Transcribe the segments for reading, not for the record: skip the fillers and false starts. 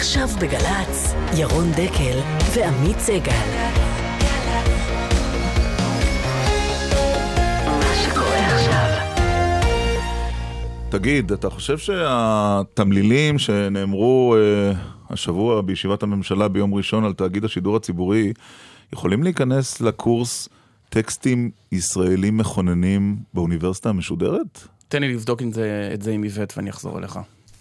עכשיו בגלץ, ירון דקל ועמית סגל. מה שקורה עכשיו. תגיד, אתה חושב שהתמלילים שנאמרו השבוע בישיבת הממשלה ביום ראשון על תאגיד השידור הציבורי יכולים להיכנס לקורס טקסטים ישראלים מכוננים באוניברסיטה המשודרת? תן לי לבדוק את זה עם איבט ואני אחזור אליך.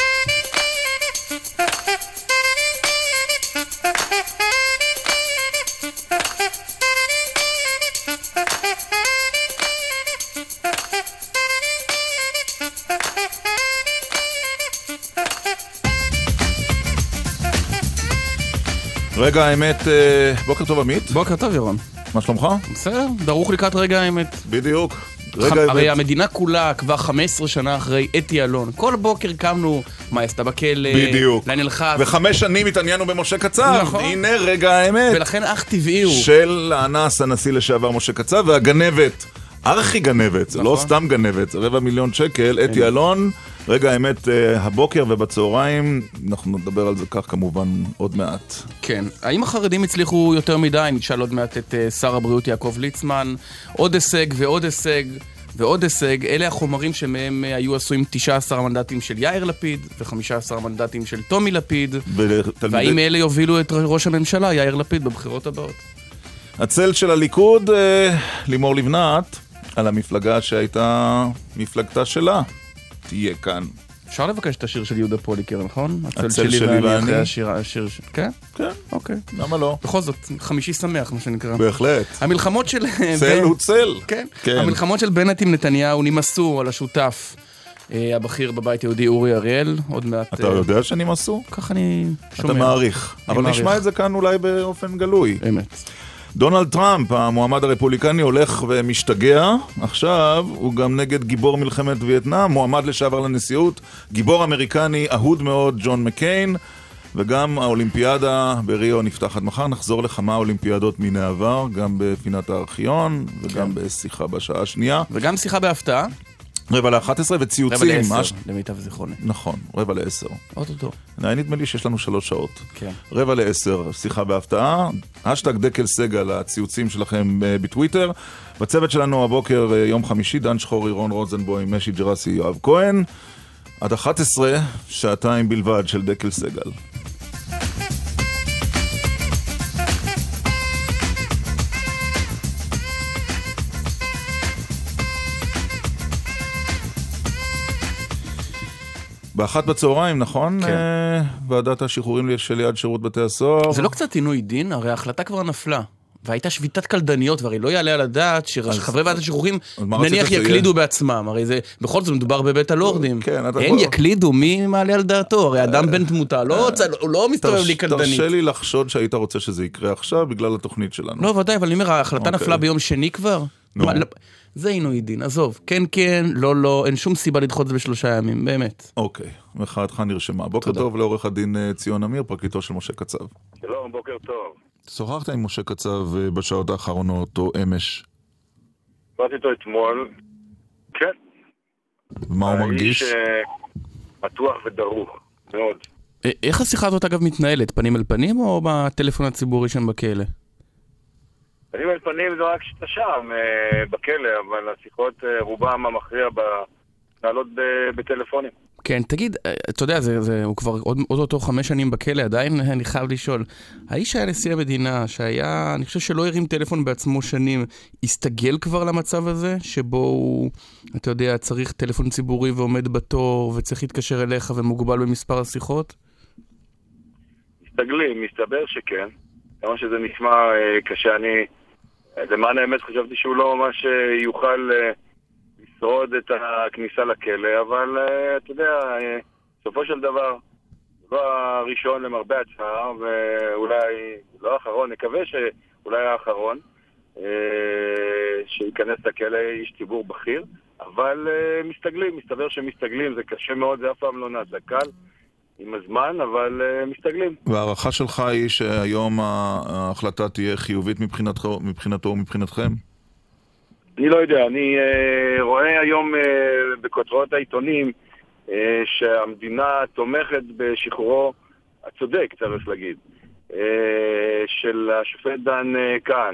רגע האמת, בוקר טוב עמית. בוקר טוב ירון. מה שלומך? בסדר, דרוך לקראת רגע האמת. בדיוק. הרי המדינה כולה כבר 15 שנה אחרי אתי אלון. כל בוקר קמנו, מה עשתה בכלא, בדיוק. לאן נלחץ. ו5 שנים התעניינו במשה קצב. נכון. הנה רגע האמת. ולכן אך טבעי הוא. של האנס הנשיא לשעבר משה קצב והגנבת. ארכי גנבת, זה לא סתם גנבת, זה 250,000 שקל, אתי אלון, רגע האמת הבוקר ובצהריים, אנחנו נדבר על זה כך כמובן עוד מעט. כן, האם החרדים הצליחו יותר מדי? נשאל עוד מעט את שר הבריאות יעקב ליצמן, עוד הישג ועוד הישג ועוד הישג, אלה החומרים שמהם היו עשויים 19 מנדטים של יאיר לפיד ו15 מנדטים של טומי לפיד, והאם אלה יובילו את ראש הממשלה יאיר לפיד בבחירות הבאות? הצל של הליכוד, לימור לבנת, על המפלגה שהייתה מפלגתה שלה, תהיה כאן. אפשר לבקש את השיר של יהודה פוליקר, נכון? הצל שלי ואני. השיר, כן? כן. אוקיי. למה לא? בכל זאת, חמישי שמח, מה שנקרא. בהחלט. המלחמות של... צל הוא צל. כן. המלחמות של בנט עם נתניהו נמסו על השותף הבכיר בבית יהודי אורי אריאל, עוד מעט... אתה יודע שנמסו? כך אני שומע. אתה מעריך. אבל נשמע את זה כאן אולי באופן גלוי. אמת. דונלד טראמפ, המועמד הרפובליקני, הולך ומשתגע. עכשיו הוא גם נגד גיבור מלחמת וייטנאם, מועמד לשעבר לנשיאות, גיבור אמריקני אהוד מאוד, ג'ון מקיין, וגם האולימפיאדה בריו נפתחת מחר. נחזור לכמה אולימפיאדות מן העבר, גם בפינת הארכיון, וגם בשיחה בשעה השנייה. וגם שיחה בהפתעה. 10:45 וציוצים. 10:45, למיטב זיכרוני. נכון, 10:45. אוטוטו. נדמה לי שיש לנו 3 שעות. כן. 10:45, שיחה בהפתעה. השטג דקל סגל, הציוצים שלכם בטוויטר. בצוות שלנו הבוקר, יום חמישי, דן שחורי, רון רוזנבוים, משי ג'רסי, יואב כהן. עד 11, שעתיים בלבד של דקל סגל. באחת בצהריים, נכון? כן. ועדת השחרורים של יד שירות בתי הסוהר. זה לא קצת עינוי דין? הרי ההחלטה כבר נפלה. והייתה שביתת קלדניות, והרי לא יעלה על הדעת שחברי ועדת השחרורים נניח יקלידו בעצמם. הרי זה, בכל זאת מדובר בבית הלורדים. כן, הם יקלידו, מי מעלה על דעתו? הרי אדם בן תמותה, הוא לא מסתובב לי קלדנית. תרשה לי לחשוד שהיית רוצה שזה יקרה עכשיו, בגלל התוכנית שלנו. לא, ודאי, אבל אני אומר, ההחלטה נפלה ביום שני כבר. זה עינוי דין, עזוב. כן, כן, לא, לא, אין שום סיבה לדחות את זה ב3 ימים, באמת. אוקיי, מחאתך נרשמה. בוקר טוב לעורך הדין ציון אמיר, פרקליטו של משה קצב. שלום, בוקר טוב. שוחחת עם משה קצב בשעות האחרונות או אמש? באתי איתו אתמול, כן. ומה הוא מרגיש? האיש פתוח ודרוך, מאוד. איך השיחה הזאת אגב מתנהלת? פנים אל פנים או בטלפון הציבורי שם בכלא? פנים אל פנים זה רק שאתה שם בכלא, אבל השיחות רובם המכריע מתנהלות בטלפונים. כן, תגיד, אתה יודע, הוא כבר עוד אותו 5 שנים בכלא, עדיין אני חייב לשאול, האיש היה נשיא המדינה, שהיה, אני חושב שלא הרים טלפון בעצמו שנים, הסתגל כבר למצב הזה, שבו הוא, אתה יודע, צריך טלפון ציבורי ועומד בתור, וצריך להתקשר אליך ומוגבל במספר השיחות? מסתבר שכן. כמה שזה נשמע קשה, אני, למען האמת חשבתי שהוא לא ממש יוכל לשרוד את הכניסה לכלא, אבל אתה יודע, בסופו של דבר, לא הראשון למרבה הצער, ואולי לא האחרון, נקווה שאולי האחרון, שיכנס לכלא איש ציבור בכיר, אבל מסתבר שמסתגלים, זה קשה מאוד, זה אף פעם לא נעשה קל. עם הזמן, אבל מסתגלים. והערכה שלך היא שהיום ההחלטה תהיה חיובית מבחינתו ומבחינתכם? אני לא יודע, אני רואה היום בכותרות העיתונים שהמדינה תומכת בשחרורו צודק, צריך להגיד, של השופט דן כהן.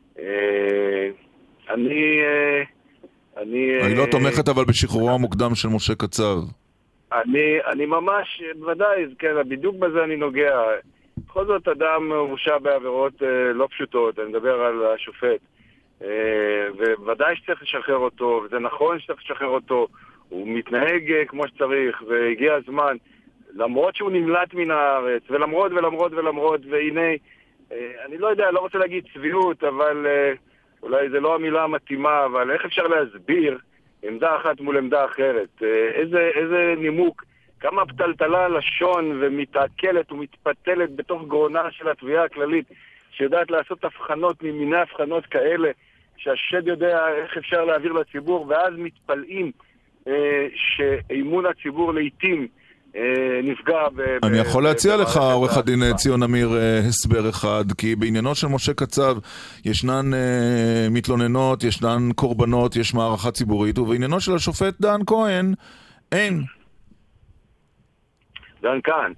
אני לא תומכת אבל בשחרורו המוקדם של משה קצב. אני ממש, בוודאי, כן, בדיוק בזה אני נוגע. בכל זאת אדם הורשע בעבירות לא פשוטות, אני מדבר על השופט. ובוודאי שצריך לשחרר אותו, וזה נכון שצריך לשחרר אותו, הוא מתנהג כמו שצריך, והגיע הזמן, למרות שהוא נמלט מן הארץ, ולמרות, והנה, אני לא יודע, לא רוצה להגיד צביעות, אבל אולי זה לא המילה המתאימה, אבל איך אפשר להסביר עמדה אחת מול עמדה אחרת? איזה נימוק, כמה פתלתלה לשון ומתעכלת ומתפתלת בתוך גרונה של התביעה הכללית, שיודעת לעשות הבחנות ממיני הבחנות כאלה, שהשד יודע איך אפשר להעביר לציבור, ואז מתפלאים שאימון הציבור לעתים נפגע. אני יכול להציע לך, עורך הדין ציון אמיר, הסבר אחד, כי בעניינו של משה קצב ישנן מתלוננות, ישנן קורבנות, יש מערכה ציבורית, ובעניינו של השופט דן כהן אין. דן כהן,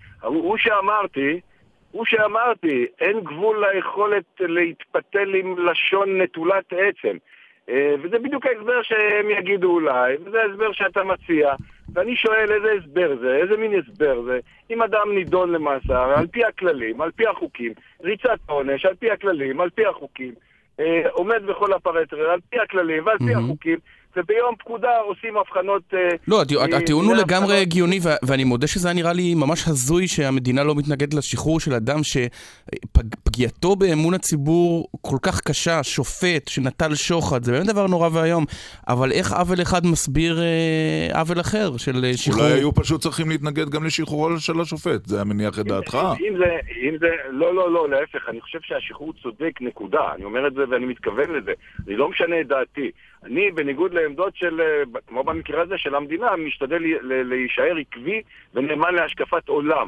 הוא שאמרתי, אין גבול ליכולת להתפתל עם לשון נטולת עצם. וזה בדיוק ההסבר שהם יגידו אולי, וזה ההסבר שאתה מציע, ואני שואל איזה הסבר זה, איזה מין הסבר זה, אם אדם נידון למאסר, על פי הכללים, על פי החוקים, ריצת עונש, על פי הכללים, על פי החוקים, עומד בכל הפרמטרים, על פי הכללים ועל פי החוקים, וביום פקודה עושים הבחנות... לא, הטיעון הוא לגמרי הגיוני, ואני מודה שזה נראה לי ממש הזוי שהמדינה לא מתנגדת לשחרור של אדם שפגיעתו באמון הציבור כל כך קשה, שופט שנטל שוחד, זה באמת דבר נורא והיום, אבל איך עוול אחד מסביר עוול אחר של שחרור? אולי היו פשוט צריכים להתנגד גם לשחרורו של השופט, זה המניח את דעתך? אם זה, לא, להפך, אני חושב שהשחרור צודק, נקודה, אני אומר את זה ואני מתכוון לזה, אני לא משנה את דעתי. אני, בניגוד לעמדות של, כמו במקרה הזה של המדינה, משתדל להישאר עקבי ונאמן להשקפת עולם.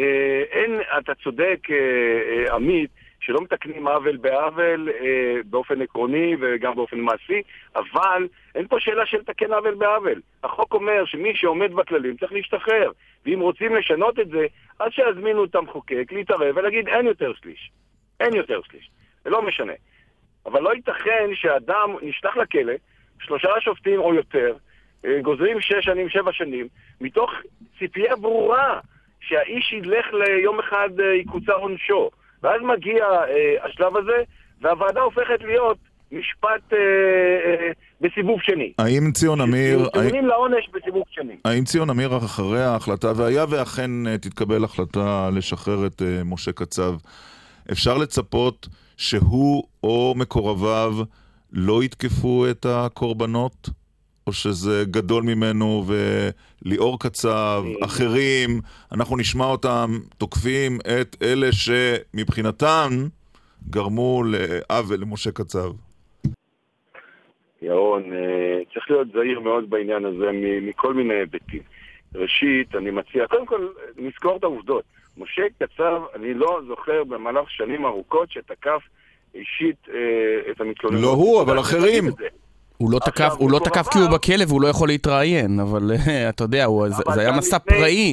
אתה צודק, עמית, שלא מתקנים עוול בעוול באופן עקרוני וגם באופן מעשי, אבל אין פה שאלה של תקן עוול בעוול. החוק אומר שמי שעומד בכללים צריך להשתחרר, ואם רוצים לשנות את זה, אז שיזמינו את המחוקק להתערב ולהגיד אין יותר שליש, זה לא משנה. אבל לא ייתכן שאדם נשלח לכלא, 3 שופטים או יותר, גוזרים 6 שנים, 7 שנים, מתוך ציפייה ברורה שהאיש ילך ליום אחד יקוצר עונשו. ואז מגיע השלב הזה, והוועדה הופכת להיות משפט בסיבוב שני. האם ציון אמיר... טיעונים לעונש בסיבוב שני. האם ציון אמיר אחרי ההחלטה, והיה ואכן תתקבל החלטה לשחרר את משה קצב, אפשר לצפות שהוא או מקורביו לא יתקפו את הקורבנות? או שזה גדול ממנו וליאור קצב, אחרים, אנחנו נשמע אותם תוקפים את אלה שמבחינתם גרמו לעוול למשה קצב? ירון, צריך להיות זהיר מאוד בעניין הזה מכל מיני היבטים. ראשית, אני מציע, קודם כל נזכור את העובדות. משה קצב, אני לא זוכר במהלך שנים ארוכות שתקף אישית את המתלוננות. לא הוא, אבל אחרים. הוא לא תקף כי הוא בכלא והוא לא יכול להתראיין, אבל אתה יודע, זה היה מסע פראי,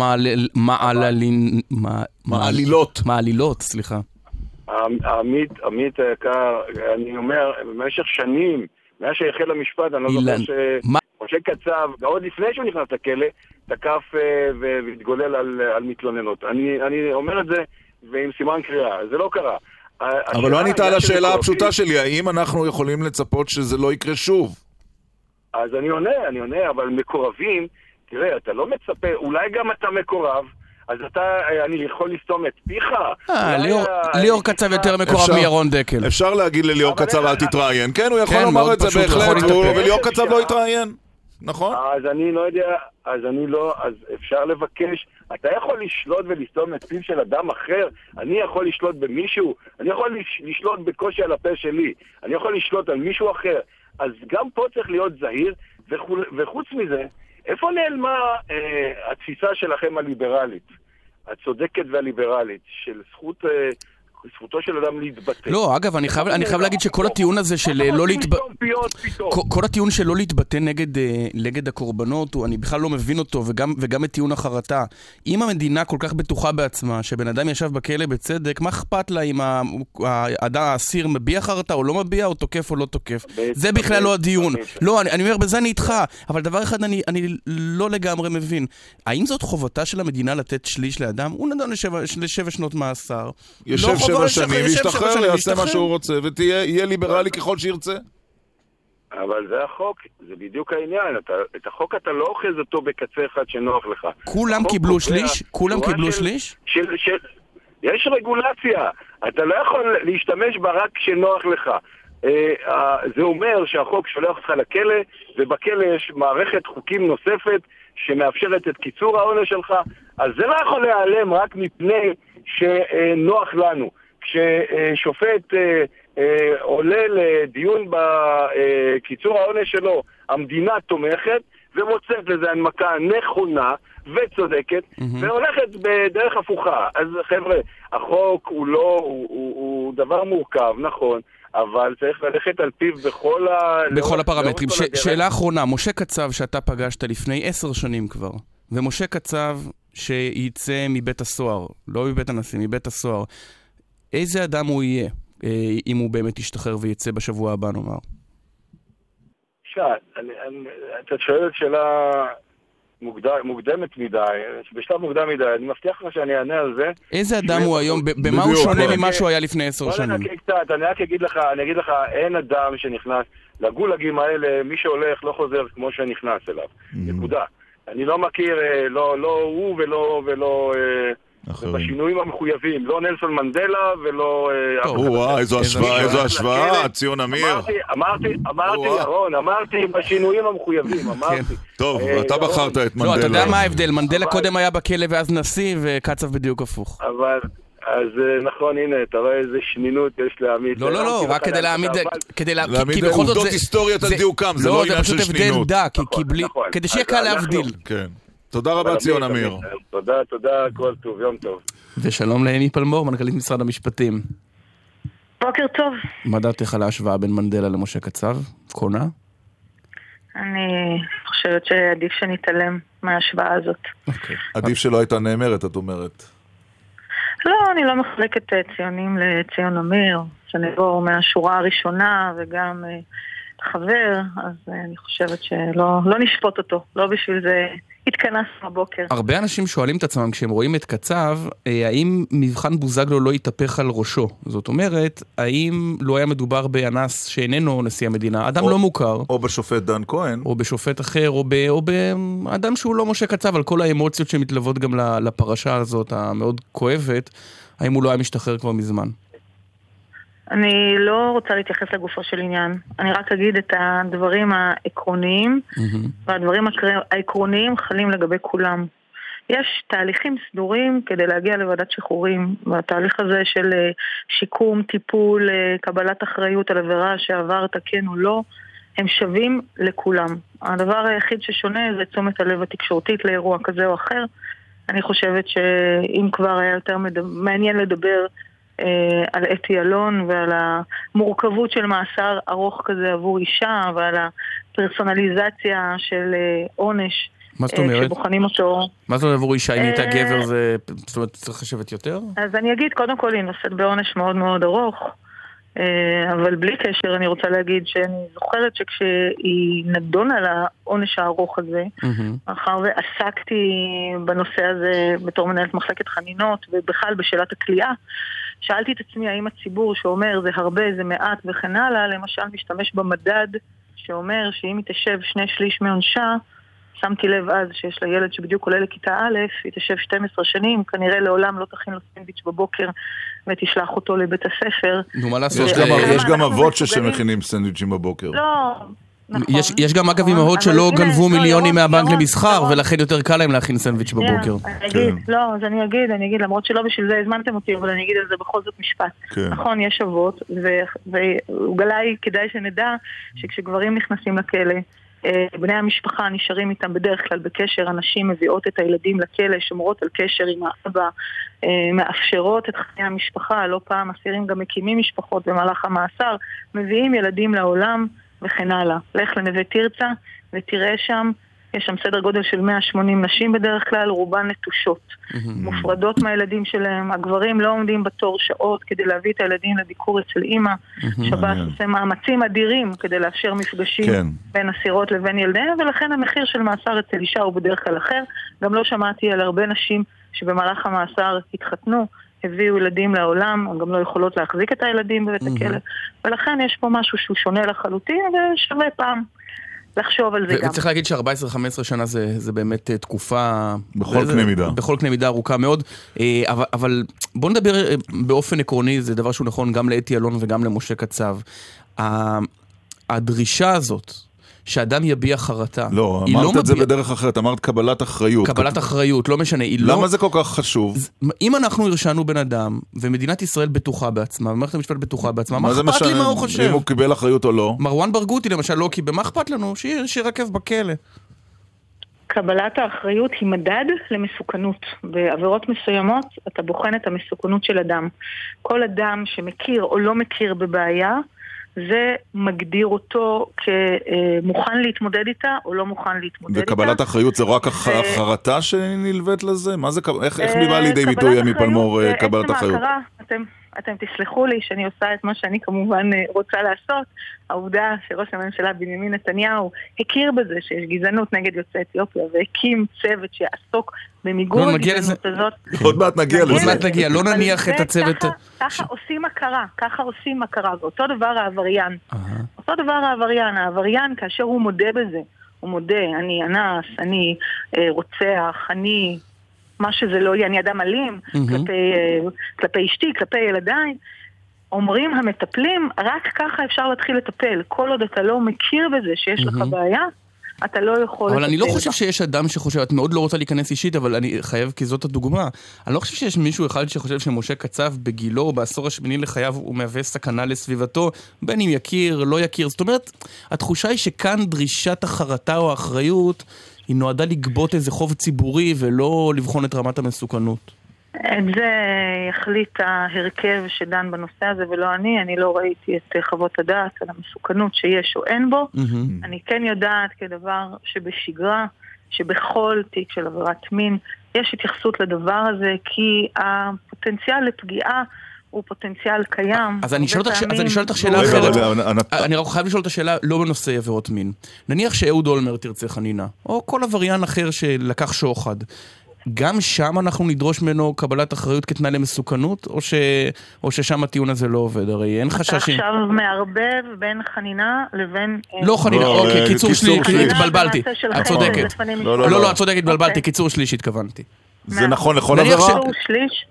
מעלילות, סליחה. עמית היקר, אני אומר, במשך שנים, מאז שהחל המשפט, אני לא זוכר שמשה קצב, עוד לפני שהוא נכנס לכלא, תקף והתגולל על מתלוננות. אני אומר את זה ועם סימן קריאה, זה לא קרה. אבל לא ענית על השאלה הפשוטה שלי, האם אנחנו יכולים לצפות שזה לא יקרה שוב? אז אני עונה, אבל מקורבים, תראה, אתה לא מצפה, אולי גם אתה מקורב, אז אני יכול לסתום את פיך. ליאור קצב יותר מקורב מירון דקל. אפשר להגיד לליאור קצב אל תתראיין, כן, הוא יכול לומר את זה בהחלט, וליאור קצב לא יתראיין. נכון? אז אני לא יודע, אז אפשר לבקש, אתה יכול לשלוט ולסתום את פיו של אדם אחר, אני יכול לשלוט במישהו, אני יכול לשלוט בקושי על הפה שלי, אני יכול לשלוט על מישהו אחר, אז גם פה צריך להיות זהיר, וחוץ מזה, איפה נעלמה התפיסה שלכם הליברלית, הצודקת והליברלית, של זכות זכותו של אדם להתבטא. לא, אגב, אני חייב להגיד שכל הטיעון הזה של לא להתבטא, כל הטיעון של לא להתבטא נגד הקורבנות, אני בכלל לא מבין אותו, וגם את טיעון החרטה. אם המדינה כל כך בטוחה בעצמה, שבן אדם ישב בכלא בצדק, מה אכפת לה אם האסיר מביע חרטה או לא מביע, או תוקף או לא תוקף? זה בכלל לא הדיון. לא, אני אומר, בזה אני איתך, אבל דבר אחד אני לא לגמרי מבין. האם זאת חובתה של המדינה לתת שליש לאדם? הוא נדון ל7 שנות מאסר. יושב 7 שנים, ישתחרר, יעשה מה שהוא רוצה, ויהיה ליברלי ככל שירצה. אבל זה החוק, זה בדיוק העניין. את החוק אתה לא אוחז אותו בקצה אחד שנוח לך. כולם קיבלו שליש? כולם קיבלו שליש? יש רגולציה. אתה לא יכול להשתמש בה רק כשנוח לך. זה אומר שהחוק שולח אותך לכלא, ובכלא יש מערכת חוקים נוספת שמאפשרת את קיצור העונש שלך. אז זה לא יכול להיעלם רק מפני שנוח לנו. כששופט עולה לדיון בקיצור העונש שלו, המדינה תומכת ומוצאת לזה הנמקה נכונה וצודקת, והולכת בדרך הפוכה. אז חבר'ה, החוק הוא דבר מורכב, נכון, אבל צריך ללכת על פיו בכל הפרמטרים. שאלה אחרונה, משה קצב שאתה פגשת לפני 10 שנים כבר, ומשה קצב שייצא מבית הסוהר, לא מבית הנשיא, מבית הסוהר, איזה אדם הוא יהיה, אם הוא באמת ישתחרר ויצא בשבוע הבא, נאמר? אתה שואלת שאלה מוקדמת מדי, בשלב מוקדם מדי, אני מבטיח לך שאני אענה על זה. איזה אדם הוא היום, במה הוא שונה ממה שהוא היה לפני 10 שנים? אני רק אגיד לך, אין אדם שנכנס, לגולגים האלה, מי שהולך לא חוזר כמו שנכנס אליו. נקודה. אני לא מכיר, לא הוא ולא בשינויים המחויבים, לא נלסון מנדלה ולא... איזו השוואה, ציון אמיר. אמרתי בשינויים המחויבים, אמרתי. טוב, אתה בחרת את מנדלה. לא, אתה יודע מה ההבדל, מנדלה קודם היה בכלא ואז נשיא, וקצב בדיוק הפוך. אבל... אז נכון, הנה, אתה רואה איזה שנינות יש להעמיד. לא, רק כדי להעמיד... להעמיד עובדות היסטוריות על דיוקם, זה לא עניין של שנינות. לא, זה פשוט הבדל דק, כדי שיהיה קל להבדיל. כן. תודה רבה, ציון אמיר. תודה, כל טוב, יום טוב. ושלום לאמי פלמור, מנכ"לית משרד המשפטים. בוקר טוב. מה דעתך על ההשוואה בין מנדלה למשה קצב? קונה? אני חושבת שעדיף שנתעלם מההשוואה הזאת. עדיף שלא הייתה נאמרת, את אומרת. לא, אני לא מחלקת ציונים לציון אמיר, שנבוא מהשורה הראשונה וגם חבר, אז אני חושבת שלא נשפוט אותו, לא בשביל זה התכנסנו הבוקר. הרבה אנשים שואלים את עצמם כשהם רואים את קצב, האם מבחן בוזגלו לא יתהפך על ראשו? זאת אומרת, האם לא היה מדובר באנס שאיננו נשיא המדינה, אדם לא מוכר, או בשופט דן כהן, או בשופט אחר, או באדם שהוא לא משה קצב, על כל האמוציות שמתלוות גם לפרשה הזאת המאוד כואבת, האם הוא לא היה משתחרר כבר מזמן? אני לא רוצה להתייחס לגופו של עניין. אני רק אגיד את הדברים העקרוניים, והדברים העקרוניים חלים לגבי כולם. יש תהליכים סדורים כדי להגיע לוועדת שחרורים, והתהליך הזה של שיקום, טיפול, קבלת אחריות על עבירה שעברת כן או לא, הם שווים לכולם. הדבר היחיד ששונה זה תשומת הלב התקשורתית לאירוע כזה או אחר. אני חושבת שאם כבר היה יותר מעניין לדבר על אתי אלון ועל המורכבות של מאסר ארוך כזה עבור אישה ועל הפרסונליזציה של עונש שבוחנים אותו. מה זאת אומרת עבור אישה? אם הייתה גבר זה צריך לשבת יותר? אז אני אגיד, קודם כל היא נושאת בעונש מאוד מאוד ארוך, אבל בלי קשר אני רוצה להגיד שאני זוכרת שכשהיא נדונה על העונש הארוך הזה, אחר ועסקתי בנושא הזה בתור מנהלת מחלקת חנינות ובכלל בשאלת הכליאה, שאלתי את עצמי האם הציבור שאומר זה הרבה, זה מעט וכן הלאה, למשל משתמש במדד שאומר שאם היא תשב 2/3 מעונשה, שמתי לב אז שיש לה ילד שבדיוק עולה לכיתה א', היא תשב 12 שנים, כנראה לעולם לא תכין לו סנדוויץ' בבוקר ותשלח אותו לבית הספר. נו, מה לעשות? יש גם אבות שמכינים סנדוויצ'ים בבוקר. לא, נכון. יש גם אגב אמהות שלא גנבו מיליונים מהבנק למסחר, ולכן יותר קל להם להכין סנדוויץ' בבוקר. לא, אז אני אגיד, למרות שלא בשביל זה הזמנתם אותי, אבל אני אגיד על זה בכל זאת משפט. נכון, יש אבות, ואולי כדאי שנדע שכשגברים נכנסים לכלא, בני המשפחה נשארים איתם בדרך כלל בקשר, אנשים מביאות את הילדים לכלא, שומרות על קשר עם האבא, מאפשרות את חיי המשפחה, לא פעם אסירים גם מקימים משפחות במהלך המאסר, מביאים ילדים לעולם וכן הלאה. לך לנווה תרצה ותראה שם, יש שם סדר גודל של 180 נשים בדרך כלל, רובן נטושות, מופרדות מהילדים שלהם, הגברים לא עומדים בתור שעות כדי להביא את הילדים לביקור אצל אמא, שב"ס עושה מאמצים אדירים כדי לאפשר מפגשים בין אסירות לבין ילדיהם, ולכן המחיר של מאסר אצל אישה הוא בדרך כלל אחר. גם לא שמעתי על הרבה נשים שבמהלך המאסר התחתנו, הביאו ילדים לעולם, הם גם לא יכולות להחזיק את הילדים בבית הכלא, ולכן יש פה משהו שהוא שונה לחלוטין ושווה פעם לחשוב על זה גם. וצריך להגיד ש14-15 שנה זה באמת תקופה בכל קנה מידה. בכל קנה מידה ארוכה מאוד, אבל בוא נדבר באופן עקרוני, זה דבר שהוא נכון גם לאתי אלון וגם למשה קצב. הדרישה הזאת שאדם יביע חרטה. לא, אמרת את זה בדרך אחרת, אמרת קבלת אחריות. קבלת אחריות, לא משנה. למה זה כל כך חשוב? אם אנחנו הרשענו בן אדם, ומדינת ישראל בטוחה בעצמה, ומערכת המשפט בטוחה בעצמה, מה אכפת לי מה הוא חושב? אם הוא קיבל אחריות או לא? מרואן ברגותי למשל לא קיבל, מה אכפת לנו? שירקב בכלא. קבלת האחריות היא מדד למסוכנות. בעבירות מסוימות אתה בוחן את המסוכנות של אדם. כל אדם שמכיר או לא מכיר בבעיה, זה מגדיר אותו כמוכן להתמודד איתה או לא מוכן להתמודד איתה. וקבלת אחריות זה רק החרטה שנלווית לזה? מה זה, איך בא לידי ביטוי מפלמור קבלת אחריות? אתם תסלחו לי שאני עושה את מה שאני כמובן רוצה לעשות. העובדה שראש הממשלה בנימין נתניהו הכיר בזה שיש גזענות נגד יוצאי אתיופיה והקים צוות שיעסוק במיגור הגזענות הזאת. עוד מעט נגיע לזה. לא נניח את הצוות. ככה עושים הכרה, ואותו דבר העבריין. אותו דבר העבריין כאשר הוא מודה בזה, הוא מודה, אני אנס, אני רוצח, אני מה שזה לא יהיה, אני אדם אלים, כלפי אשתי, כלפי ילדיי, אומרים המטפלים, רק ככה אפשר להתחיל לטפל. כל עוד אתה לא מכיר בזה שיש לך בעיה, אתה לא יכול... אבל אני לא חושב שיש אדם שחושב, את מאוד לא רוצה להיכנס אישית, אבל אני חייב, כי זאת הדוגמה, אני לא חושב שיש מישהו אחד שחושב שמשה קצב בגילו או בעשור השמיני לחייו הוא מהווה סכנה לסביבתו, בין אם יכיר, לא יכיר. זאת אומרת, התחושה היא שכאן דרישת החרטה או האחריות היא נועדה לגבות איזה חוב ציבורי ולא לבחון את רמת המסוכנות. את זה יחליט ההרכב שדן בנושא הזה ולא אני לא ראיתי את חוות הדעת על המסוכנות שיש או אין בו. אני כן יודעת כדבר שבשגרה, שבכל תיק של עבירת מין יש התייחסות לדבר הזה, כי הפוטנציאל לפגיעה הוא פוטנציאל קיים. אז אני שואל אותך שאלה אחרת. אני רק חייב לשאול את השאלה לא בנושא עבירות מין. נניח שאהוד אולמרט תרצה חנינה, או כל עבריין אחר שלקח שוחד. גם שם אנחנו נדרוש ממנו קבלת אחריות כתנאי למסוכנות, או ששם הטיעון הזה לא עובד? הרי אין חששים. אתה עכשיו מערבב בין חנינה לבין... לא חנינה, אוקיי, קיצור שלישי, התבלבלתי. את צודקת. לא, את צודקת, התבלבלתי, קיצור שלישי התכוונתי. זה נכון לכל עבירה? קיצור שליש,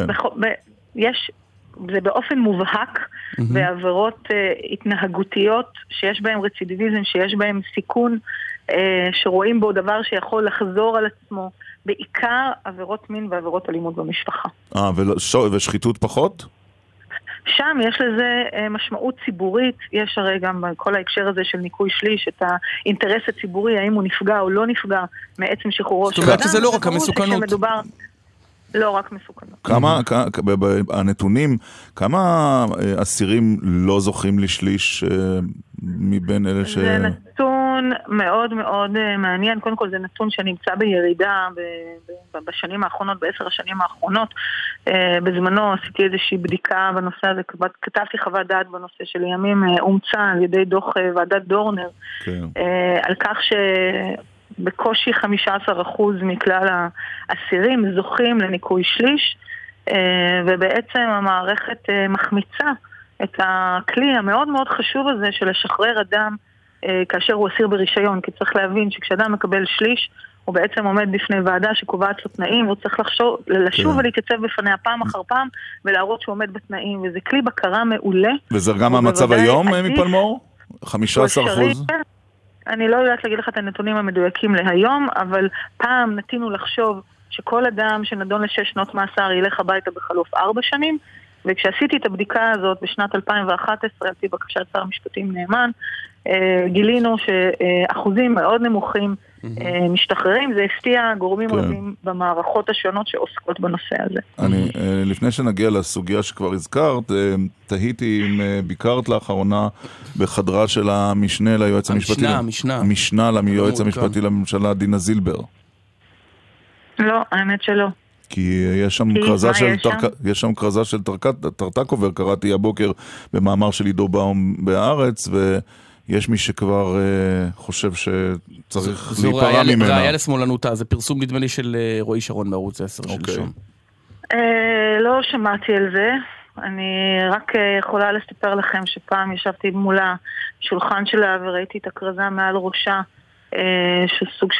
יש... זה באופן מובהק בעבירות התנהגותיות שיש בהם רצידיביזם, שיש בהם סיכון, שרואים בו דבר שיכול לחזור על עצמו, בעיקר עבירות מין ועבירות אלימות במשפחה. ושחיתות פחות? שם יש לזה משמעות ציבורית, יש הרי גם בכל ההקשר הזה של ניקוי שליש, את האינטרס הציבורי, האם הוא נפגע או לא נפגע מעצם שחרורו של אדם. זאת אומרת שזה לא רק המסוכנות. לא רק מסוכנות. כמה, הנתונים, כמה אסירים לא זוכים לשליש מבין אלה ש... זה נתון מאוד מאוד מעניין. קודם כל זה נתון שנמצא בירידה בשנים האחרונות, ב10 השנים האחרונות. בזמנו עשיתי איזושהי בדיקה בנושא הזה, כתבתי חוות דעת בנושא של ימים אומצה על ידי דוח ועדת דורנר, על כך בקושי 15% מכלל האסירים זוכים לניקוי שליש, ובעצם המערכת מחמיצה את הכלי המאוד מאוד חשוב הזה של לשחרר אדם כאשר הוא אסיר ברישיון, כי צריך להבין שכשאדם מקבל שליש הוא בעצם עומד בפני ועדה שקובעת לו תנאים, והוא צריך לשוב ולהתייצב בפניה פעם אחר פעם ולהראות שהוא עומד בתנאים, וזה כלי בקרה מעולה. וזה גם המצב היום מפלמור? 15%? אני לא יודעת להגיד לך את הנתונים המדויקים להיום, אבל פעם נתינו לחשוב שכל אדם שנדון ל6 שנות מאסר ילך הביתה בחלוף 4 שנים, וכשעשיתי את הבדיקה הזאת בשנת 2011, על פי בקשת שר המשפטים נאמן, גילינו שאחוזים מאוד נמוכים משתחררים. זה הפתיע גורמים רבים במערכות השונות שעוסקות בנושא הזה. לפני שנגיע לסוגיה שכבר הזכרת, תהיתי אם ביקרת לאחרונה בחדרה של המשנה ליועץ המשפטי. המשנה ליועץ המשפטי לממשלה, דינה זילבר. לא, האמת שלא. כי יש שם כרזה של טרטקובר, קראתי הבוקר במאמר של עידו באום בהארץ, ויש מי שכבר חושב שצריך להיפרע ממנה. זו ראיה לשמאלנותה, זה פרסום נדמה לי של רועי שרון בערוץ 10 שלשום. לא שמעתי על זה. אני רק יכולה לספר לכם שפעם ישבתי מול השולחן שלה וראיתי את הכרזה מעל ראשה, שסוג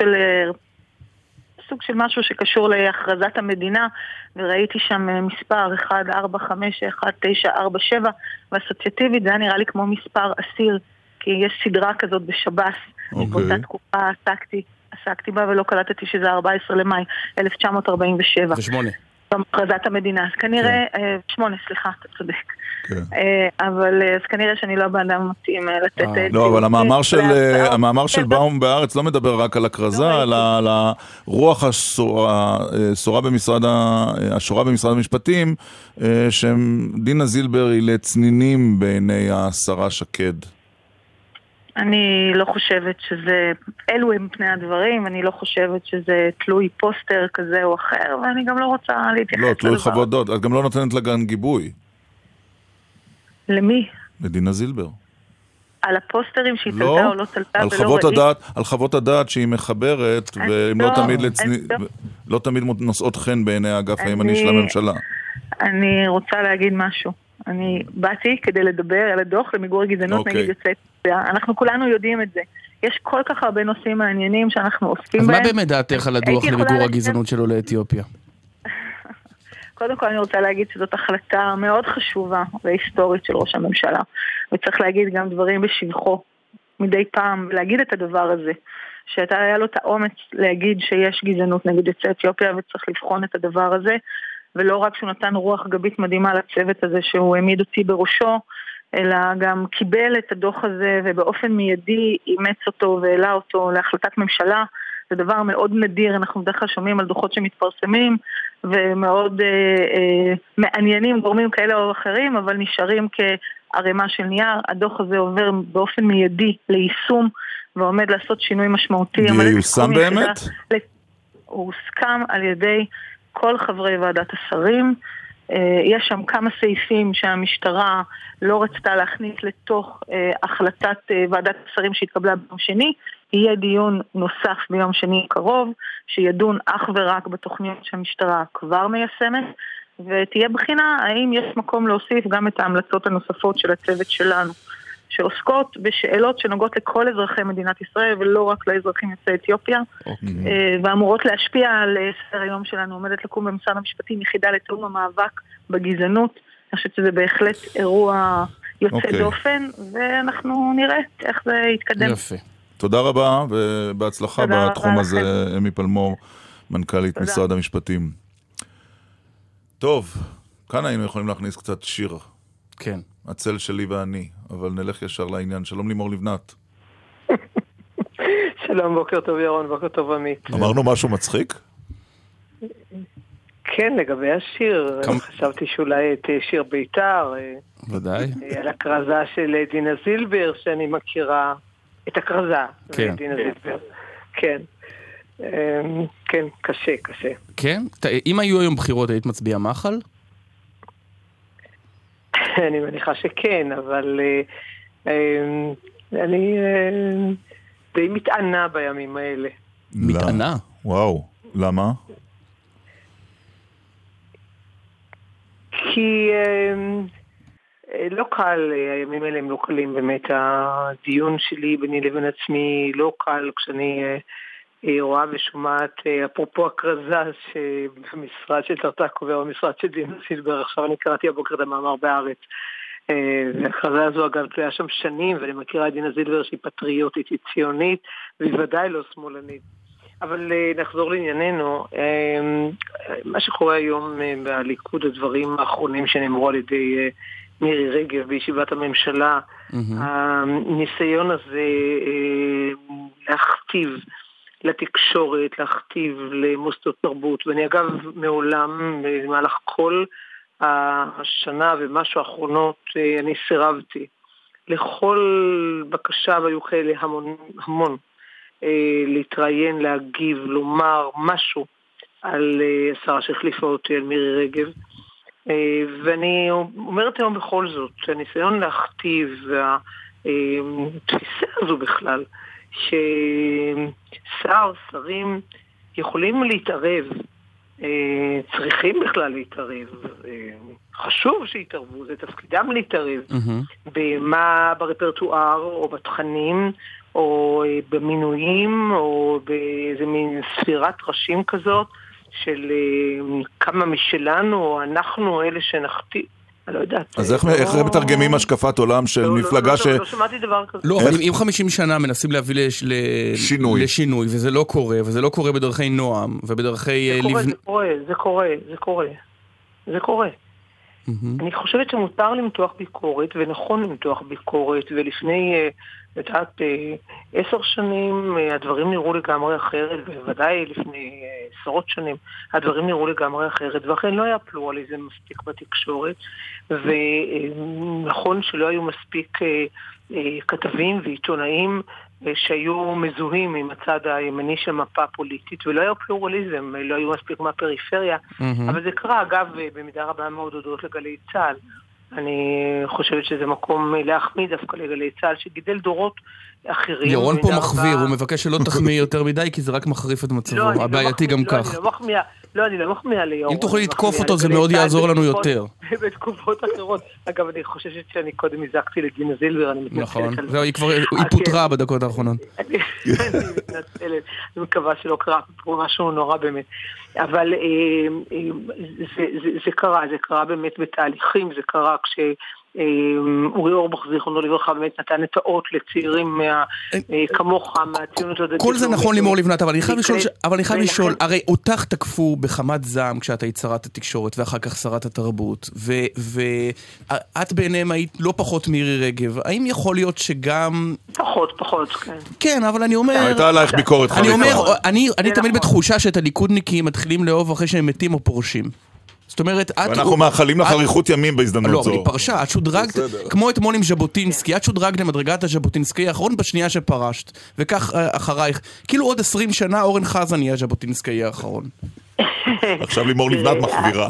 של משהו שקשור להכרזת המדינה, וראיתי שם מספר 1451-1947, ואסוציאטיבית זה היה נראה לי כמו מספר אסיר, כי יש סדרה כזאת בשב"ס, באותה תקופה עסקתי בה ולא קלטתי שזה 14 למאי 1947. ושמונה. בהכרזת המדינה, אז כנראה, 8, סליחה, אתה צודק. אבל אז כנראה שאני לא באדם מתאים לתת... לא, אבל המאמר של באום בארץ לא מדבר רק על הכרזה, אלא על הרוח השורה במשרד המשפטים, שדינה זילבר היא לצנינים בעיני השרה שקד. אני לא חושבת שזה, אלו הם פני הדברים, אני לא חושבת שזה תלוי פוסטר כזה או אחר, ואני גם לא רוצה להתייחס לדבר. לא, תלוי חוות דעת, את גם לא נותנת לגן גיבוי. למי? לדינה זילבר. על הפוסטרים שהיא תלתה או לא תלתה ולא ראית? על חוות הדעת שהיא מחברת, והן לא תמיד נושאות חן בעיני האגף הימני של הממשלה. אני רוצה להגיד משהו. אני באתי כדי לדבר על הדוח למיגור הגזענות נגד יוצאי אתיופיה. אנחנו כולנו יודעים את זה. יש כל כך הרבה נושאים מעניינים שאנחנו עוסקים בהם. אז מה באמת דעתך על הדוח למיגור הגזענות שלו לאתיופיה? קודם כל אני רוצה להגיד שזאת החלטה מאוד חשובה והיסטורית של ראש הממשלה. וצריך להגיד גם דברים בשבחו מדי פעם, להגיד את הדבר הזה. היה לו את האומץ להגיד שיש גזענות נגד יוצאי אתיופיה וצריך לבחון את הדבר הזה. ולא רק שהוא נתן רוח גבית מדהימה לצוות הזה שהוא העמיד אותי בראשו, אלא גם קיבל את הדוח הזה ובאופן מיידי אימץ אותו והעלה אותו להחלטת ממשלה. זה דבר מאוד נדיר, אנחנו בדרך כלל שומעים על דוחות שמתפרסמים ומאוד מעניינים גורמים כאלה או אחרים, אבל נשארים כערימה של נייר. הדוח הזה עובר באופן מיידי ליישום ועומד לעשות שינוי משמעותי. ייושם באמת? הוא הוסכם על ידי כל חברי ועדת השרים. יש שם כמה סעיפים שהמשטרה לא רצתה להכניס לתוך החלטת ועדת השרים שהתקבלה ביום שני. יהיה דיון נוסף ביום שני קרוב, שידון אך ורק בתוכניות שהמשטרה כבר מיישמת, ותהיה בחינה האם יש מקום להוסיף גם את ההמלצות הנוספות של הצוות שלנו, שעוסקות בשאלות שנוגעות לכל אזרחי מדינת ישראל, ולא רק לאזרחים יוצאי אתיופיה, ואמורות להשפיע על סדר היום שלנו. עומדת לקום במשרד המשפטים יחידה לתיאום המאבק בגזענות. אני חושבת שזה בהחלט אירוע יוצא דופן, ואנחנו נראה איך זה יתקדם. יפה. תודה רבה, ובהצלחה בתחום הזה, אמי פלמור, מנכ"לית משרד המשפטים. טוב, כאן היינו יכולים להכניס קצת שיר. כן. הצל שלי ואני, אבל נלך ישר לעניין. שלום לימור לבנת. שלום, בוקר טוב ירון, בוקר טוב עמית. אמרנו משהו מצחיק? כן, לגבי השיר, חשבתי שאולי את שיר ביתר. ודאי. על הכרזה של דינה זילבר, שאני מכירה את הכרזה. כן. דינה זילבר. כן. כן, קשה. כן? אם היו היום בחירות, היית מצביעה מחל? אני מניחה שכן, אבל אני די מתענה בימים האלה. מתענה? וואו, למה? כי לא קל, הימים האלה הם לא קלים באמת. הדיון שלי ביני לבין עצמי לא קל כשאני רואה ושומעת, אפרופו הכרזה שבמשרד של טרטקובר, במשרד של דינה זילבר, עכשיו אני קראתי הבוקר את המאמר בארץ, והכרזה הזו אגב תלויה שם שנים, ואני מכירה את דינה זילבר שהיא פטריוטית, היא ציונית, והיא ודאי לא שמאלנית. אבל נחזור לענייננו. מה שקורה היום בליכוד, הדברים האחרונים שנאמרו על ידי מירי רגב בישיבת הממשלה, הניסיון הזה להכתיב לתקשורת, להכתיב למוסדות תרבות, ואני אגב מעולם, במהלך כל השנה ומשהו האחרונות, אני סירבתי לכל בקשה, והיו כאלה המון, להתראיין, להגיב, לומר משהו על השרה שהחליפה אותי, על מירי רגב. ואני אומרת היום בכל זאת, שהניסיון להכתיב והתפיסה הזו בכלל, שרים יכולים להתערב, צריכים בכלל להתערב, חשוב שיתערבו, זה תפקידם להתערב במה ברפרטואר או בתכנים או במינויים או באיזה מין ספירת ראשים כזאת של כמה משלנו או אנחנו אלה שנחתים. אני לא יודעת. אז איך מתרגמים השקפת עולם של מפלגה ש... לא שמעתי דבר כזה. לא, אבל אם 50 שנה מנסים להביא לשינוי, וזה לא קורה, וזה לא קורה בדרכי נועם, ובדרכי... זה קורה. אני חושבת שמותר למתוח ביקורת, ונכון למתוח ביקורת, ולפני, לדעת, 10 שנים הדברים נראו לגמרי אחרת, ובוודאי לפני 10 שנים הדברים נראו לגמרי אחרת, ואכן לא היה פלורליזם מספיק בתקשורת, ונכון שלא היו מספיק כתבים ועיתונאים שהיו מזוהים עם הצד הימני של מפה פוליטית, ולא היה פלורליזם, לא היו מספיק מהפריפריה, אבל זה קרה, אגב, במידה רבה מאוד הודות לגלי צה"ל. אני חושבת שזה מקום להחמיא דווקא לגלי צה"ל, שגידל דורות אחרים. ירון פה מחוויר, הוא מבקש שלא תחמיא יותר מדי, כי זה רק מחריף את מצבו, הבעייתי גם כך. אני לא מחמיאה לירון. אם תוכלי לתקוף אותו, זה מאוד יעזור לנו יותר. בתקופות אחרות. אגב, אני חושבת שאני קודם הזקתי לדינה זילבר, אני מתנצלת על זה. נכון, היא פוטרה בדקות האחרונות. אני מתנצלת, אני מקווה שלא קרה פה משהו נורא באמת. אבל זה קרה באמת בתהליכים, זה קרה אורי אורבך זיכרונו לברכה באמת נתן את האות לצעירים כמוך מהציונות הדתית. כל זה נכון לימור לבנת, אבל אני חייב לשאול, הרי אותך תקפו בחמת זעם כשאת היית שרת התקשורת ואחר כך שרת התרבות, ואת ביניהם היית לא פחות מירי רגב. האם יכול להיות שגם... פחות, כן. כן, אבל אני אומר... הייתה עלייך ביקורת חריפה. אני תמיד בתחושה שאת הליכודניקים מתחילים לאהוב אחרי שהם מתים או פורשים. זאת אומרת, ואנחנו מאחלים לך אריכות ימים בהזדמנות זו. לא, אבל היא פרשה, את שודרגת, כמו אתמול עם ז'בוטינסקי, את שודרגת למדרגת הז'בוטינסקי האחרון בשנייה שפרשת, וכך אחרייך, כאילו עוד 20 שנה אורן חזן יהיה הז'בוטינסקי האחרון. עכשיו לימור לבנת מחבירה.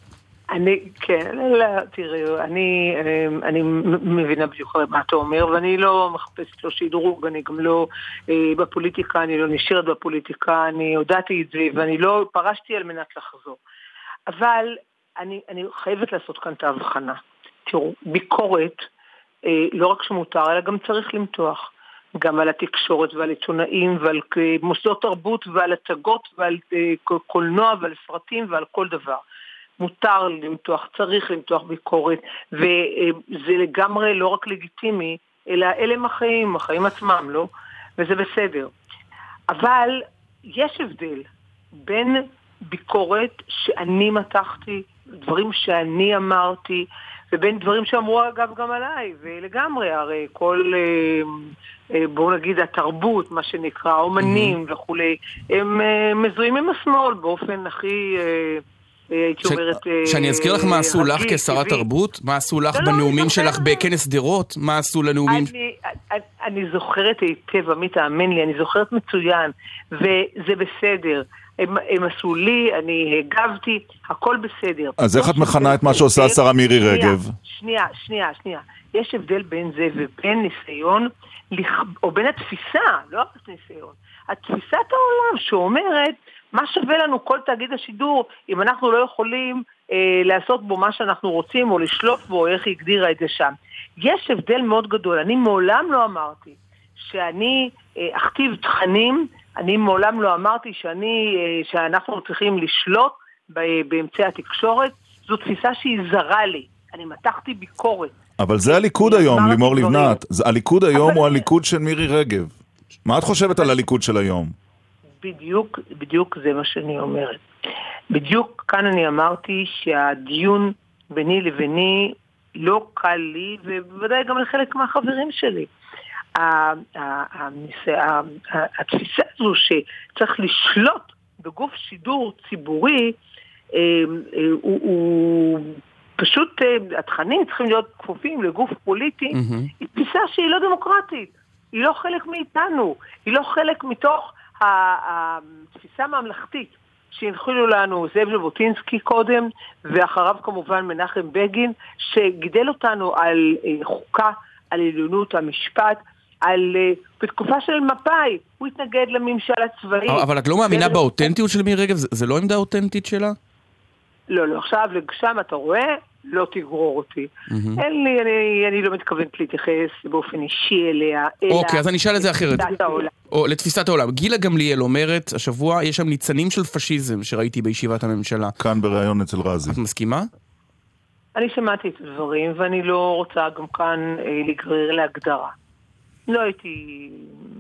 תראו, אני מבינה בדיוק מה אתה אומר, ואני לא מחפשת לו שדרוג, אני גם לא בפוליטיקה, אני לא נשארת בפוליטיקה, אני הודעתי את זה, ואני לא פרשתי על מנת לחזור. אבל אני חייבת לעשות כאן את ההבחנה. תראו, ביקורת, לא רק שמותר, אלא גם צריך למתוח. גם על התקשורת ועל עיתונאים ועל מוסדות תרבות ועל הצגות ועל קולנוע ועל סרטים ועל כל דבר. מותר למתוח, צריך למתוח ביקורת, וזה לגמרי לא רק לגיטימי, אלא אלה החיים עצמם, לא? וזה בסדר. אבל יש הבדל בין ביקורת שאני מתחתי, דברים שאני אמרתי, ובין דברים שאמרו אגב גם עליי, ולגמרי, הרי כל, בואו נגיד, התרבות, מה שנקרא, האומנים וכולי, הם מזוהים עם השמאל באופן הכי, הייתי אומרת... שאני אזכיר לך מה עשו לך כשרת תרבות? מה עשו לך בנאומים שלך בכנס דירות? מה עשו לנאומים? אני זוכרת היטב, עמית, האמן לי, אני זוכרת מצוין, וזה בסדר. הם עשו לי, אני הגבתי, הכל בסדר. אז איך את מכנה את מה שעושה השרה מירי רגב? שנייה. יש הבדל בין זה ובין ניסיון, או בין התפיסה, לא רק ניסיון, התפיסת העולם שאומרת, מה שווה לנו כל תאגיד השידור, אם אנחנו לא יכולים לעשות בו מה שאנחנו רוצים, או לשלוט בו, איך היא הגדירה את זה שם. יש הבדל מאוד גדול. אני מעולם לא אמרתי שאני אכתיב תכנים, אני מעולם לא אמרתי שאנחנו צריכים לשלוט באמצעי התקשורת. זו תפיסה שהיא זרה לי. אני מתחתי ביקורת. אבל זה הליכוד היום, לימור לבנת. הליכוד היום הוא הליכוד של מירי רגב. מה את חושבת על הליכוד של היום? בדיוק זה מה שאני אומרת. בדיוק כאן אני אמרתי שהדיון ביני לביני לא קל לי, ובוודאי גם לחלק מהחברים שלי. התפיסה הזו שצריך לשלוט בגוף שידור ציבורי, הוא פשוט, התכנים צריכים להיות כפופים לגוף פוליטי, היא תפיסה שהיא לא דמוקרטית, היא לא חלק מאיתנו, היא לא חלק מתוך התפיסה הממלכתית שהנחילו לנו זאב ז'בוטינסקי קודם, ואחריו כמובן מנחם בגין, שגידל אותנו על חוקה, על עליונות המשפט, בתקופה של מפא"י, הוא התנגד לממשל הצבאי. אבל את לא מאמינה באותנטיות של מירי רגב? זה לא עמדה אותנטית שלה? לא, עכשיו לגשם אתה רואה, לא תגרור אותי. אני לא מתכוונת להתייחס באופן אישי אליה. אוקיי, אז אני אשאל את זה אחרת. לתפיסת העולם. גילה גמליאל אומרת, השבוע יש שם ניצנים של פשיזם שראיתי בישיבת הממשלה. כאן בראיון אצל רזי. את מסכימה? אני שמעתי את הדברים, ואני לא רוצה גם כאן לגרר להגדרה. לא הייתי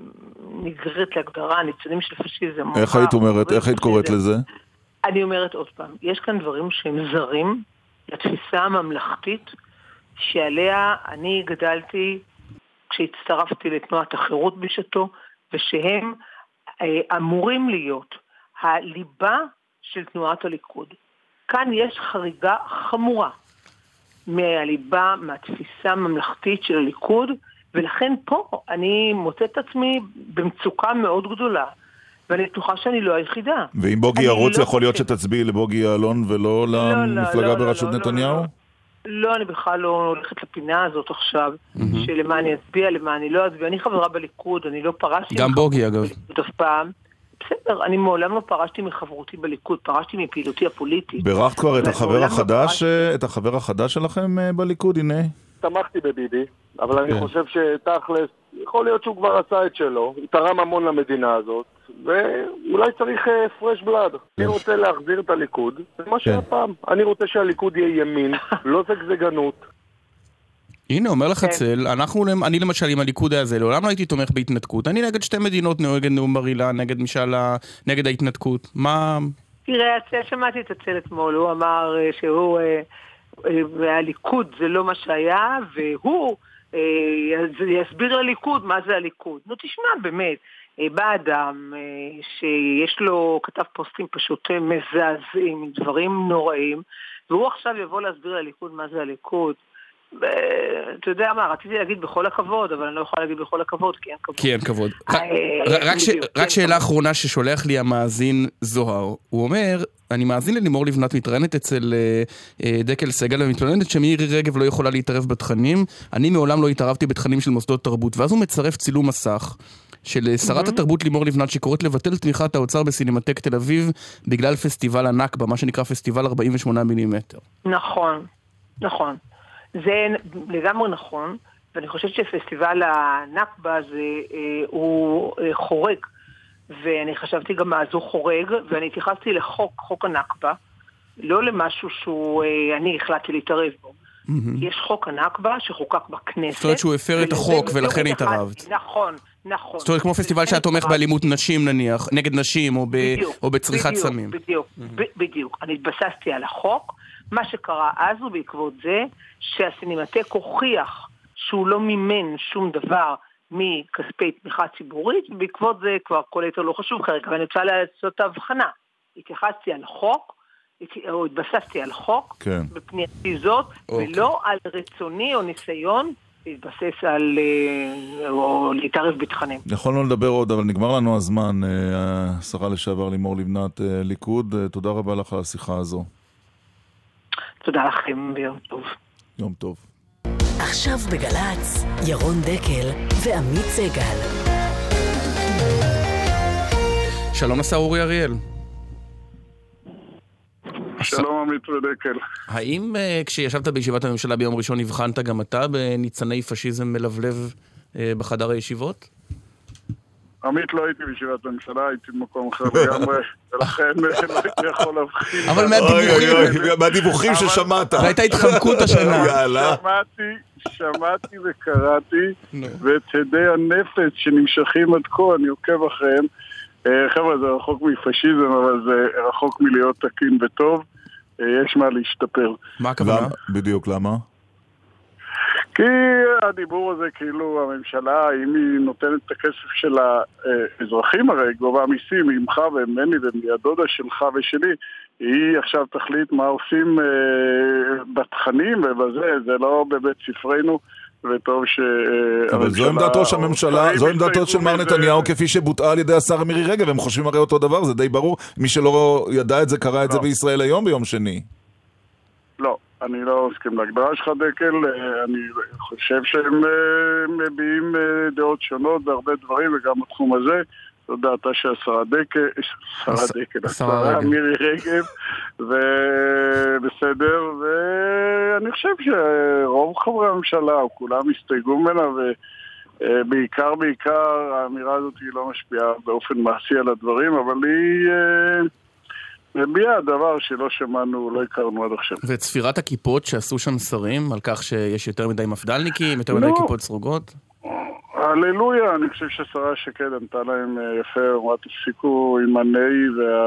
נגררת להגדרה, ניצנים של פשיזם. איך היית אומרת? איך היית קוראת לזה? אני אומרת עוד פעם, יש כאן דברים שהם זרים לתפיסה הממלכתית שעליה אני גדלתי כשהצטרפתי לתנועת החירות בשעתו, ושהם אמורים להיות הליבה של תנועת הליכוד. כאן יש חריגה חמורה מהליבה, מהתפיסה הממלכתית של הליכוד, ולכן פה אני מוצאת עצמי במצוקה מאוד גדולה. ואני בטוחה שאני לא היחידה. ואם בוגי ירוץ יכול להיות שתצביעי לבוגי יעלון ולא למפלגה בראשות נתניהו? לא, אני בכלל לא הולכת לפינה הזאת עכשיו, שלמה אני אצביע, למה אני לא אצביע. אני חברה בליכוד, אני לא פרשתי... גם בוגי אגב. אף פעם. בסדר, אני מעולם לא פרשתי מחברותי בליכוד, פרשתי מפעילותי הפוליטית. בירכת כבר את החבר החדש שלכם בליכוד, הנה? תמכתי בביבי, אבל אני חושב שתכלס, יכול להיות שהוא כבר עשה את שלו, הוא תרם המון למדינה הזאת, ואולי צריך פרש בלד. אני רוצה להחזיר את הליכוד, זה מה שהיה פעם. אני רוצה שהליכוד יהיה ימין, לא זגזגנות. הנה, אומר לך צל, אני למשל עם הליכוד הזה, לעולם לא הייתי תומך בהתנתקות. אני נגד שתי מדינות, נגד נאום בר-אילן, נגד ההתנתקות. מה... תראה, שמעתי את הצל אתמול, הוא אמר שהוא... והליכוד זה לא מה שהיה, והוא יסביר לליכוד מה זה הליכוד. נו תשמע, באמת, בא אדם שיש לו, כתב פוסטים פשוט מזעזעים, דברים נוראים, והוא עכשיו יבוא להסביר לליכוד מה זה הליכוד. אתה יודע מה, רציתי להגיד בכל הכבוד, אבל אני לא יכולה להגיד בכל הכבוד, כי אין כבוד. כי אין כבוד. רק שאלה אחרונה ששולח לי המאזין זוהר, הוא אומר, אני מאזין ללימור לבנת מתראיינת אצל דקל סגל ומתלוננת שמירי רגב לא יכולה להתערב בתכנים, אני מעולם לא התערבתי בתכנים של מוסדות תרבות, ואז הוא מצרף צילום מסך של שרת התרבות לימור לבנת שקוראת לבטל תמיכת האוצר בסינמטק תל אביב בגלל פסטיבל הנכבה, מה שנקרא פסטיבל 48 מילימטר. נכון, נכון. זה לגמרי נכון, ואני חושבת שפסטיבל הנכבה הזה הוא חורג, ואני חשבתי גם מה זו חורג, ואני התייחסתי חוק הנכבה, לא למשהו שאני החלטתי להתערב בו. יש חוק הנכבה שחוקק בכנסת. זאת אומרת שהוא הפר את החוק ולכן התערבת. נכון, נכון. זאת אומרת כמו פסטיבל שאת תומך באלימות נשים נניח, נגד נשים או בצריכת סמים. בדיוק. אני התבססתי על החוק. מה שקרה אז הוא בעקבות זה שהסינמטק הוכיח שהוא לא מימן שום דבר מכספי תמיכה ציבורית, ובעקבות זה כבר כל היתר לא חשוב כרגע, ואני רוצה לעשות את ההבחנה. התייחסתי על חוק, או התבססתי על חוק, בפנייתי זאת, ולא על רצוני או ניסיון להתבסס על, או להתערב בתכנים. יכולנו לדבר עוד, אבל נגמר לנו הזמן. השרה לשעבר לימור לבנת, ליכוד, תודה רבה לך על השיחה הזו. תודה לכם, ויום טוב. יום טוב. עכשיו בגלץ, ירון דקל ועמית סגל. שלום לשר אורי אריאל. שלום עמית ודקל. האם כשישבת בישיבת הממשלה ביום ראשון הבחנת גם אתה בניצני פשיזם מלבלב בחדר הישיבות? עמית, לא הייתי בישיבת הממשלה, הייתי במקום אחר לגמרי, ולכן לא הייתי יכול להבחין. אבל מהדיווחים ששמעת. והייתה התחמקות השנה. שמעתי וקראתי, ואת הדי הנפץ שנמשכים עד כה, אני עוקב אחריהם, חבר'ה, זה רחוק מפשיזם, אבל זה רחוק מלהיות תקין וטוב. יש מה להשתפר. מה הכוונה? בדיוק, למה? כי הדיבור הזה, כאילו הממשלה, אם היא נותנת את הכסף של האזרחים, הרי גובה מיסים ממך וממני ומהדודה שלך ושלי, היא עכשיו תחליט מה עושים בתכנים ובזה, זה לא בבית ספרנו, וטוב ש... אבל זו עמדת ראש הממשלה, זו עמדתו של מר נתניהו כפי שבוטאה על ידי השר מירי רגב, הם חושבים הרי אותו דבר, זה די ברור, מי שלא ידע את זה קרא את זה בישראל היום ביום שני. לא, אני לא מסכים להגדרה שלך דקל, אני חושב שהם מביעים דעות שונות בהרבה דברים וגם בתחום הזה, זו דעתה שהשרה מירי רגב, ובסדר, ואני חושב שרוב חברי הממשלה, כולם הסתייגו ממנה, ובעיקר האמירה הזאת היא לא משפיעה באופן מעשי על הדברים, אבל היא מביעה דבר שלא שמענו, לא הכרנו עד עכשיו. וצפירת הכיפות שעשו שם שרים, על כך שיש יותר מדי מפדלניקים, יותר מדי כיפות סרוגות? הללויה, אני חושב ששרה שקד ענתה להם יפה, אמרה תפסיקו עם הנאי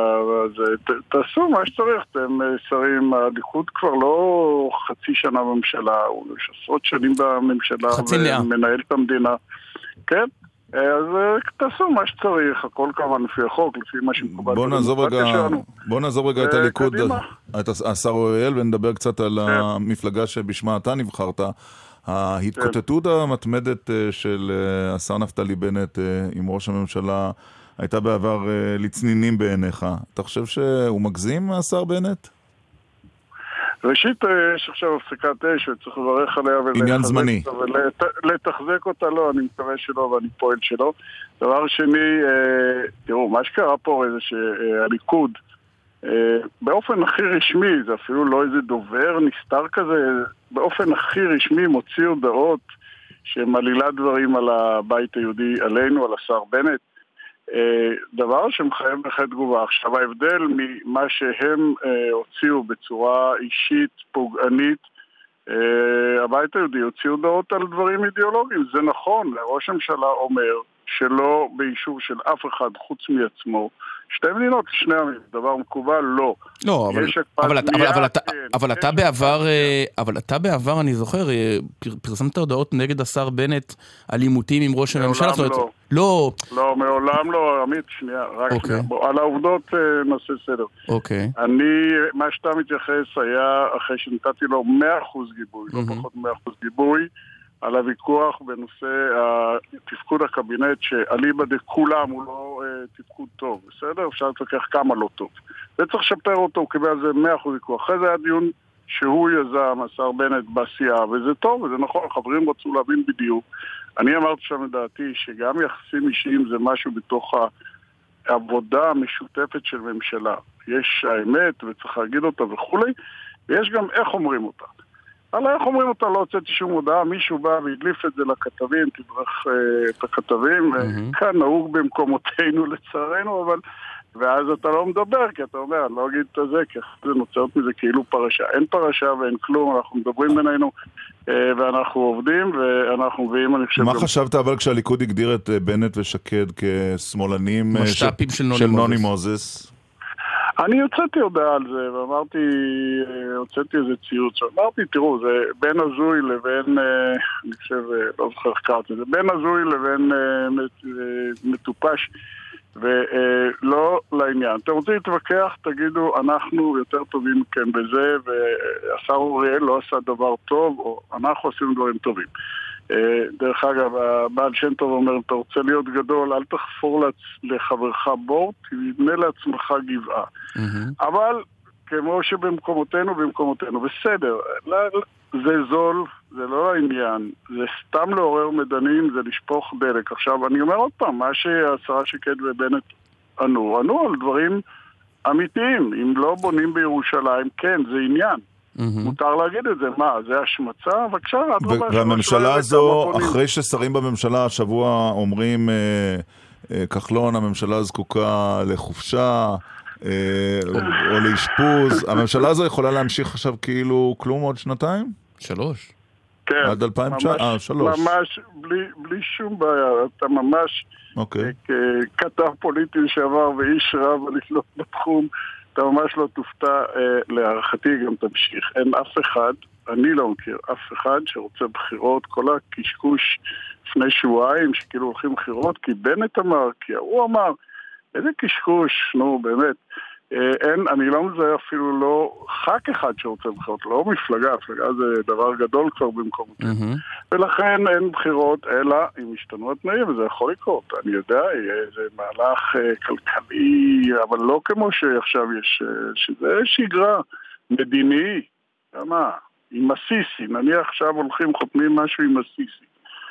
תעשו מה שצריך, אתם שרים, הליכוד כבר לא חצי שנה בממשלה, הוא יש עשרות שנים בממשלה ומנהל את המדינה, כן? אז תעשו מה שצריך, הכל כמובן לפי החוק, לפי מה שמקובל. בוא נעזוב רגע את הליכוד, את השר אוריאל, ונדבר קצת על המפלגה שבשמה אתה נבחרת. ההתקוטטות המתמדת של השר נפתלי בנט עם ראש הממשלה הייתה בעבר לצנינים בעיניך. אתה חושב שהוא מגזים, השר בנט? ראשית, יש עכשיו הפסקת אש וצריך לברך עליה עניין זמני. ולתחזק אותה, לא, אני מקווה שלא ואני פועל שלא. דבר שני, תראו, מה שקרה פה זה שהליכוד באופן הכי רשמי, זה אפילו לא איזה דובר נסתר כזה, באופן הכי רשמי מוציא הודעות שמלילה דברים על הבית היהודי עלינו, על השר בנט, דבר שמחייב בכלל תגובה. עכשיו ההבדל ממה שהם הוציאו בצורה אישית, פוגענית, הבית היהודי הוציאו הודעות על דברים אידיאולוגיים. זה נכון, ראש הממשלה אומר שלא באישור של אף אחד חוץ מעצמו, שתי מדינות לשני עמים, דבר מקובל, לא. לא, אבל אתה בעבר, אני זוכר, פרסמת הודעות נגד השר בנט על עימותים עם ראש הממשלה. לא, מעולם לא, עמית, שנייה, רק שנייה. על העובדות נעשה סדר. מה שאתה מתייחס היה אחרי שנתתי לו 100% גיבוי, לא פחות 100% גיבוי, על הוויכוח בנושא תפקוד הקבינט, שאליבא דכולם הוא לא תפקוד טוב, בסדר? אפשר להתווכח כמה לא טוב. וצריך לשפר אותו, הוא קיבל על זה 100% ויכוח. אחרי זה היה דיון שהוא יזם, השר בנט בעשייה, וזה טוב, וזה נכון, חברים רצו להבין בדיוק. אני אמרתי שם לדעתי שגם יחסים אישיים זה משהו בתוך העבודה המשותפת של ממשלה. יש האמת וצריך להגיד אותה וכולי, ויש גם איך אומרים אותה. אבל איך אומרים אותה, לא הוצאתי שום הודעה, מישהו בא והדליף את זה לכתבים, תדרך את הכתבים, כאן נהוג במקומותינו לצערנו, אבל ואז אתה לא מדבר, כי אתה אומר, אני לא אגיד את זה, כי זה נוצרת מזה כאילו פרשה. אין פרשה ואין כלום, אנחנו מדברים בינינו, ואנחנו עובדים, ואנחנו מביאים, אני חושב... מה חשבת אבל כשהליכוד הגדיר את בנט ושקד כשמאלנים של נוני מוזס? אני הוצאתי הודעה על זה, ואמרתי, הוצאתי איזה ציוץ, אמרתי, תראו, זה בין הזוי לבין, אני חושב, לא זוכר קראתי, זה בין הזוי לבין מטופש, ולא לעניין. אתם רוצים להתווכח, תגידו, אנחנו יותר טובים כן בזה, והשר אוריאל לא עשה דבר טוב, או אנחנו עשינו דברים טובים. דרך אגב, הבעל שם טוב אומר, אתה רוצה להיות גדול, אל תחפור לחברך בור, תבנה לעצמך גבעה. אבל כמו שבמקומותינו, בסדר, זה זול, זה לא העניין, זה סתם לעורר מדנים, זה לשפוך דלק. עכשיו, אני אומר עוד פעם, מה שהשרה שקד ובנט ענו על דברים אמיתיים. אם לא בונים בירושלים, כן, זה עניין. מותר להגיד את זה, מה, זה השמצה? בבקשה, והממשלה הזו, אחרי ששרים בממשלה השבוע אומרים, כחלון, הממשלה זקוקה לחופשה, או לאשפוז, הממשלה הזו יכולה להמשיך עכשיו כאילו כלום עוד 2? 3? כן. עד 2003. ממש, בלי שום בעיה. אתה ממש, כתב פוליטי שעבר ואיש רב ולפנות בתחום, אתה ממש לא תופתע, להערכתי גם תמשיך. אין אף אחד, אני לא מכיר אף אחד שרוצה בחירות, כל הקשקוש לפני שבועיים שכאילו הולכים בחירות, כי בנט אמר, כי הוא אמר, איזה קשקוש, נו באמת. אני לא מזהה אפילו לא ח"כ אחד שרוצה בחירות, לא מפלגה, מפלגה זה דבר גדול כבר במקומות. ולכן אין בחירות, אלא אם ישתנו התנאים, וזה יכול לקרות. אני יודע, זה מהלך כלכלי, אבל לא כמו שעכשיו יש, שזה שגרה מדיני, למה? עם הסיסי, נניח עכשיו הולכים חותמים משהו עם הסיסי.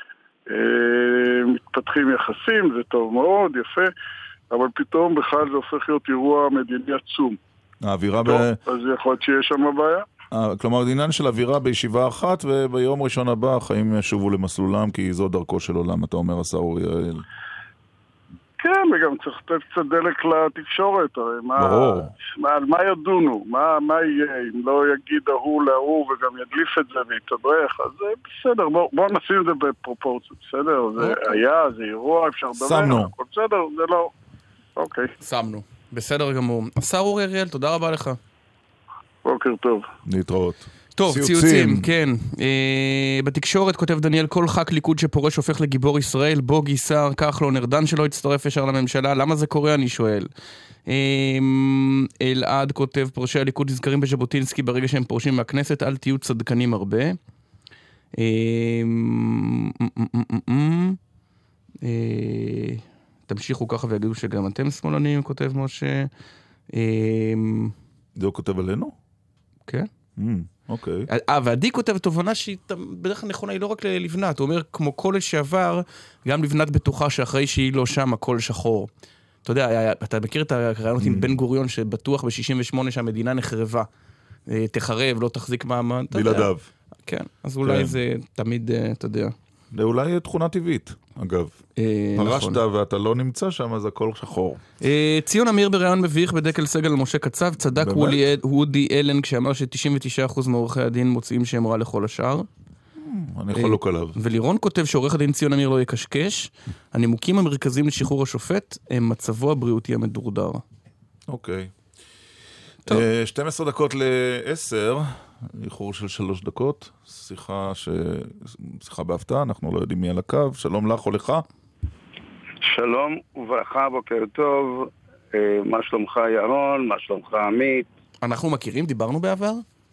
מתפתחים יחסים, זה טוב מאוד, יפה. אבל פתאום בכלל זה הופך להיות אירוע מדיני עצום. האווירה אז יכול להיות שיש שם בעיה. כלומר, עניין של אווירה בישיבה אחת, וביום ראשון הבא החיים ישובו למסלולם, כי זו דרכו של עולם, אתה אומר, השר אורי אריאל. כן, וגם צריך לתת קצת דלק לתקשורת, הרי ברור. על מה ידונו? מה יהיה? אם לא יגיד ההוא להוא וגם ידליף את זה ויתדרך, אז בסדר, בואו נשים את זה בפרופורציות, בסדר? זה היה, זה אירוע, אפשר לדבר. שמנו. בסדר, זה לא... אוקיי. שמנו. בסדר גמור. השר אורי אריאל, תודה רבה לך. בוקר טוב. להתראות. טוב, ציוצים, כן. בתקשורת כותב דניאל, כל ח"כ ליכוד שפורש הופך לגיבור ישראל, בוגי, סער, כחלון, ארדן שלא הצטרף ישר לממשלה, למה זה קורה אני שואל. אלעד כותב, פורשי הליכוד נזכרים בז'בוטינסקי ברגע שהם פורשים מהכנסת, אל תהיו צדקנים הרבה. תמשיכו ככה ויגידו שגם אתם שמאלנים, כותב משה. זה הוא כותב עלינו? כן. אוקיי. ועדי כותב תובנה שהיא בדרך כלל נכונה, היא לא רק לבנת, הוא אומר, כמו כל לשעבר, גם לבנת בטוחה שאחרי שהיא לא שם, הכל שחור. אתה יודע, אתה מכיר את הרעיונות עם בן גוריון, שבטוח ב-68 שהמדינה נחרבה, תחרב, לא תחזיק מעמד. בלעדיו. כן, אז אולי זה תמיד, אתה יודע. זה אולי תכונה טבעית, אגב. פרשת ואתה לא נמצא שם, אז הכל שחור. ציון אמיר בראיון מביך בדקל סגל על משה קצב, צדק וודי אלן כשאמר ש-99% מעורכי הדין מוצאים שהם רע לכל השאר. אני חלוק עליו. ולירון כותב שעורך הדין ציון אמיר לא יקשקש, הנימוקים המרכזיים לשחרור השופט הם מצבו הבריאותי המדורדר. אוקיי. 12 דקות ל-10, איחור של 3 דקות, שיחה בהפתעה, אנחנו לא יודעים מי על הקו, שלום לך או לך? שלום וברכה, בוקר טוב, מה שלומך ירון, מה שלומך עמית? אנחנו מכירים, דיברנו בעבר?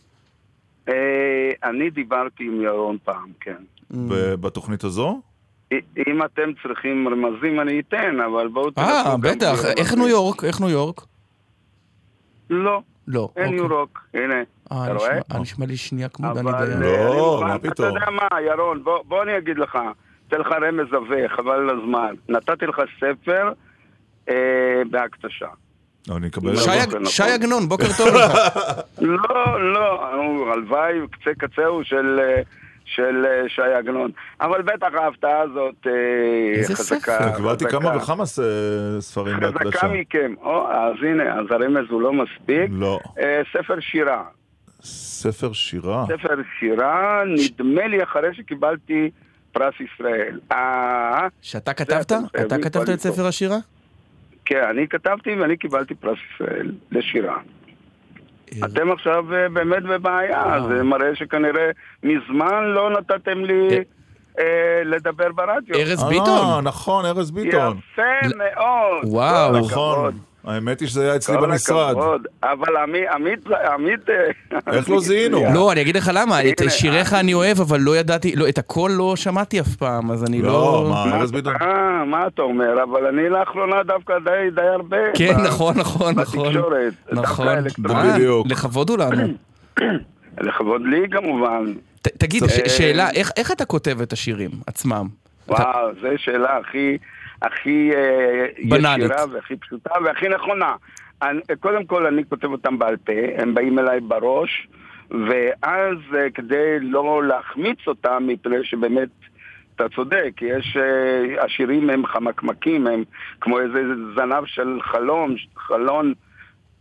אני דיברתי עם ירון פעם, כן. בתוכנית הזו? אם אתם צריכים רמזים אני אתן, אבל בואו בטח, איך ניו יורק? איך ניו יורק? לא. לא, אין ניו יורק, הנה, אתה רואה? נשמע לי שנייה כמו דני דיין. לא, מה פתאום? אתה יודע מה, ירון, בוא אני אגיד לך, אתן לך רמז עבה, חבל על הזמן. נתתי לך ספר בהקטשה. אני אקבל... שי עגנון, בוקר טוב לך. לא, הלוואי, קצהו של שי עגנון. אבל בטח ההפתעה הזאת חזקה. קבלתי כמה וכמה ספרים בהקדשה. חזקה מכם. אז הנה, אז הרמז הוא לא מספיק. לא. ספר שירה. ספר שירה? ספר שירה, נדמה לי אחרי שקיבלתי פרס ישראל. שאתה כתבת? אתה כתבת את ספר השירה? כן, אני כתבתי ואני קיבלתי פרס ישראל לשירה. אתם עכשיו באמת בבעיה, זה מראה שכנראה מזמן לא נתתם לי לדבר ברדיו. ארז ביטון. נכון, ארז ביטון. יפה מאוד. וואו. נכון. האמת היא שזה היה אצלי במשרד. אבל עמית... איך לא זיהינו? לא, אני אגיד לך למה, את שיריך אני אוהב, אבל לא ידעתי, את הכל לא שמעתי אף פעם, אז אני לא... לא, מה, ארז ביטון? מה אתה אומר? אבל אני לאחרונה דווקא די הרבה... כן, נכון. בתקשורת. נכון, בדיוק. לכבוד הוא לנו. לכבוד לי כמובן. תגיד, שאלה, איך אתה כותב את השירים עצמם? וואו, זו שאלה הכי ישירה והכי פשוטה והכי נכונה. קודם כל אני כותב אותם בעל פה, הם באים אליי בראש, ואז כדי לא להחמיץ אותם, מפני שבאמת אתה צודק, יש השירים הם חמקמקים, הם כמו איזה זנב של חלון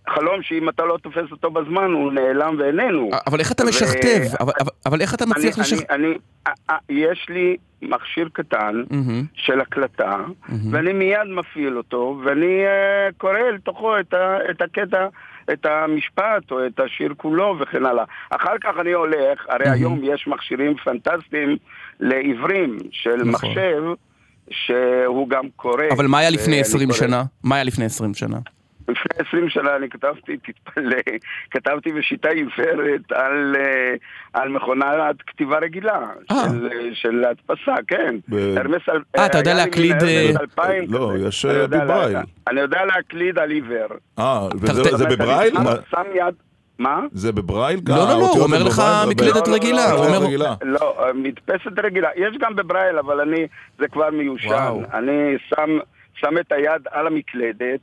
חלום שאם אתה לא תופס אותו בזמן, הוא נעלם ואיננו. אבל איך אתה משכתב? אבל איך אתה מצליח לשכתב? יש לי מכשיר קטן של הקלטה, ואני מיד מפעיל אותו, ואני קורא לתוכו את הקטע, את המשפט או את השיר כולו וכן הלאה. אחר כך אני הולך, הרי היום יש מכשירים פנטסטיים לעברים של מחשב, שהוא גם קורא. אבל מה היה לפני 20 שנה? מה היה לפני 20 שנה? לפני 20 שנה אני כתבתי בשיטה עיוורת על מכונת כתיבה רגילה, של הדפסה, כן. אתה יודע להקליד... לא, יש בברייל. אני יודע להקליד על עיוור. וזה בברייל? שם יד... מה? זה בברייל? לא, הוא אומר לך מקלדת רגילה. לא, מדפסת רגילה. יש גם בברייל, אבל זה כבר מיושן. אני שם את היד על המקלדת,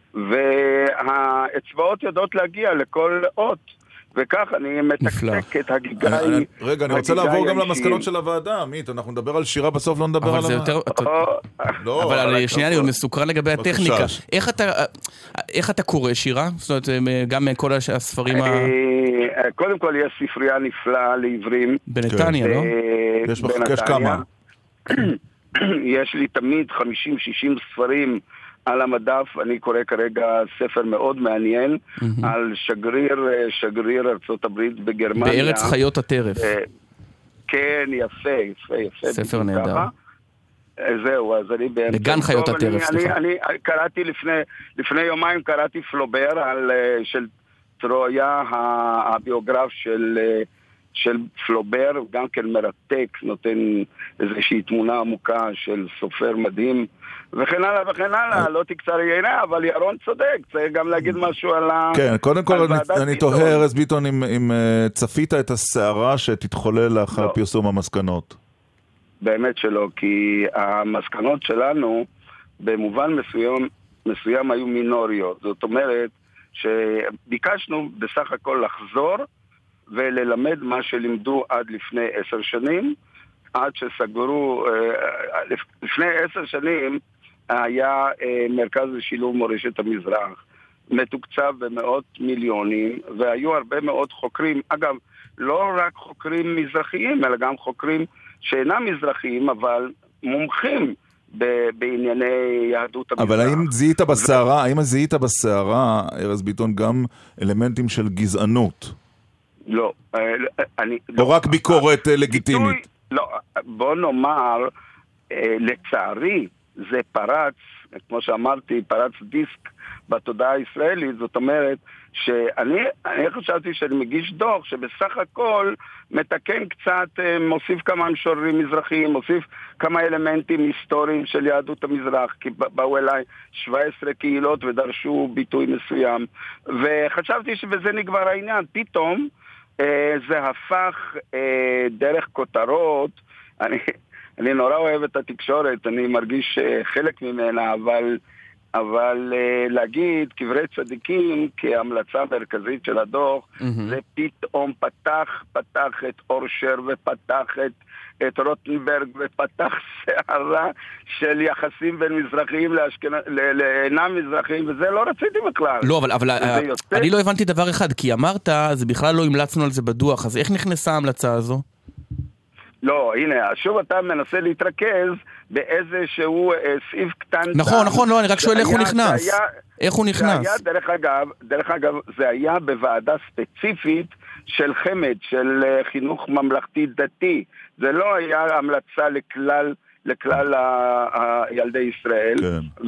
והאצבעות יודעות להגיע לכל אות, וכך אני מתקתק את הגיגאי. רגע, אני רוצה לעבור גם למסקנות של הוועדה, עמית, אנחנו נדבר על שירה, בסוף לא נדבר על... אבל שנייה, אני מסוקרן לגבי הטכניקה. איך אתה קורא שירה? זאת אומרת, גם כל הספרים קודם כל יש ספרייה נפלאה לעברים. בנתניה, לא? יש כמה. יש לי תמיד 50-60 ספרים על המדף. אני קורא כרגע ספר מאוד מעניין על שגריר ארצות הברית בגרמניה. בארץ חיות הטרף. כן, יפה. ספר נהדר. זהו, אז אני באמצע. בגן חיות הטרף, סליחה. אני קראתי לפני יומיים, קראתי פלובר של טרויה, הביוגרף של פלובר, גם כן מרתק, נותן איזושהי תמונה עמוקה של סופר מדהים, וכן הלאה, לא תקצר יינה, אבל ירון צודק, צריך גם להגיד משהו על כן, קודם כל אני תוהה, ארז ביטון, אם צפית את הסערה שתתחולל לאחר פרסום המסקנות. באמת שלא, כי המסקנות שלנו במובן מסוים היו מינוריות. זאת אומרת שביקשנו בסך הכל לחזור וללמד מה שלימדו עד לפני 10 שנים, עד שסגרו, לפני 10 שנים היה מרכז לשילוב מורשת המזרח, מתוקצב במאות מיליונים, והיו הרבה מאוד חוקרים, אגב, לא רק חוקרים מזרחיים, אלא גם חוקרים שאינם מזרחיים, אבל מומחים בענייני יהדות המזרח. אבל האם זיהית בסערה, ארז ביטון, גם אלמנטים של גזענות? לא. או רק ביקורת לגיטימית? לא, בוא נאמר, לצערי, זה פרץ, כמו שאמרתי, פרץ דיסק בתודעה הישראלית. זאת אומרת שאני חשבתי שאני מגיש דוח שבסך הכל מתקן קצת, מוסיף כמה משוררים מזרחיים, מוסיף כמה אלמנטים היסטוריים של יהדות המזרח, כי באו אליי 17 קהילות ודרשו ביטוי מסוים, וחשבתי שבזה נגבר העניין. פתאום זה הפך דרך כותרות. אני נורא אוהב את התקשורת, אני מרגיש חלק ממנה, אבל להגיד קברי צדיקים כהמלצה מרכזית של הדוח, זה פתאום פתח את אורשר ופתח את רוטנברג ופתח שערה של יחסים בין מזרחיים לאינם מזרחיים, וזה לא רציתי בכלל. לא, אבל אני לא הבנתי דבר אחד, כי אמרת, זה בכלל לא המלצנו על זה בדוח, אז איך נכנסה ההמלצה הזו? לא, הנה, שוב אתה מנסה להתרכז באיזשהו סעיף קטן. נכון, לא, אני רק שואל איך הוא נכנס. איך הוא נכנס? דרך אגב, זה היה בוועדה ספציפית של חמד, של חינוך ממלכתי דתי. זה לא היה המלצה לכלל ילדי ישראל.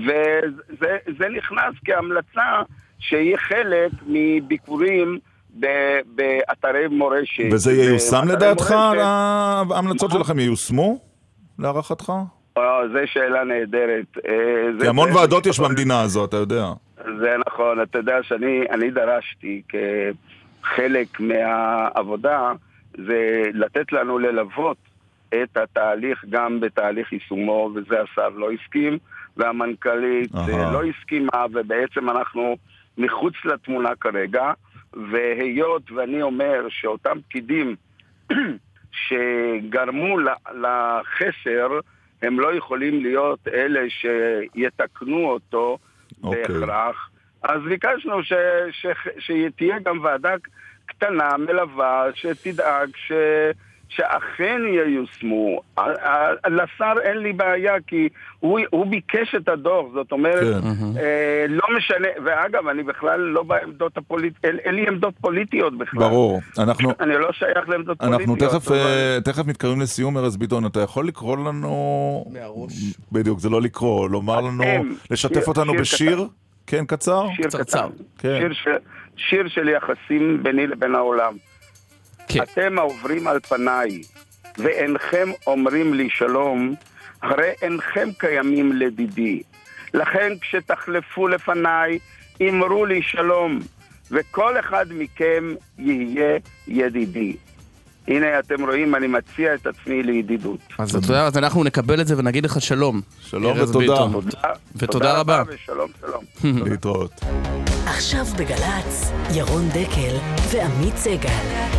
וזה נכנס כהמלצה שהיא חלק מביקורים באתרי מורשת. וזה ייושם לדעתך? ההמלצות שלכם ייושמו להערכתך? זו שאלה נהדרת. כי המון ועדות יש במדינה הזו, אתה יודע. זה נכון, אתה יודע שאני דרשתי כחלק מהעבודה, זה לתת לנו ללוות את התהליך גם בתהליך יישומו, וזה השר לא הסכים, והמנכ"לית לא הסכימה, ובעצם אנחנו מחוץ לתמונה כרגע, והיות ואני אומר שאותם פקידים שגרמו לחסר, הם לא יכולים להיות אלה שיתקנו אותו בהכרח, אז ביקשנו שתהיה גם ועדה קטנה, מלווה, שתדאג שאכן ייושמו. לשר אין לי בעיה, כי הוא ביקש את הדוח, זאת אומרת, לא משנה, ואגב, אני בכלל לא בעמדות הפוליטיות, אין לי עמדות פוליטיות בכלל. ברור. אני לא שייך לעמדות פוליטיות. אנחנו תכף מתקרבים לסיום, ארז ביטון, אתה יכול לקרוא לנו... מהראש. בדיוק, זה לא לקרוא, לומר לנו, לשתף אותנו בשיר? כן, קצר? שיר קצר. שיר של יחסים ביני לבין העולם. אתם העוברים על פניי, ואינכם אומרים לי שלום, הרי אינכם קיימים לדידי. לכן כשתחלפו לפניי, אמרו לי שלום, וכל אחד מכם יהיה ידידי. הנה אתם רואים, אני מציע את עצמי לידידות. אז אתה יודע, אז אנחנו נקבל את זה ונגיד לך שלום. שלום ותודה. ותודה רבה. ושלום, שלום. להתראות. עכשיו בגלץ, ירון דקל ועמית סגל.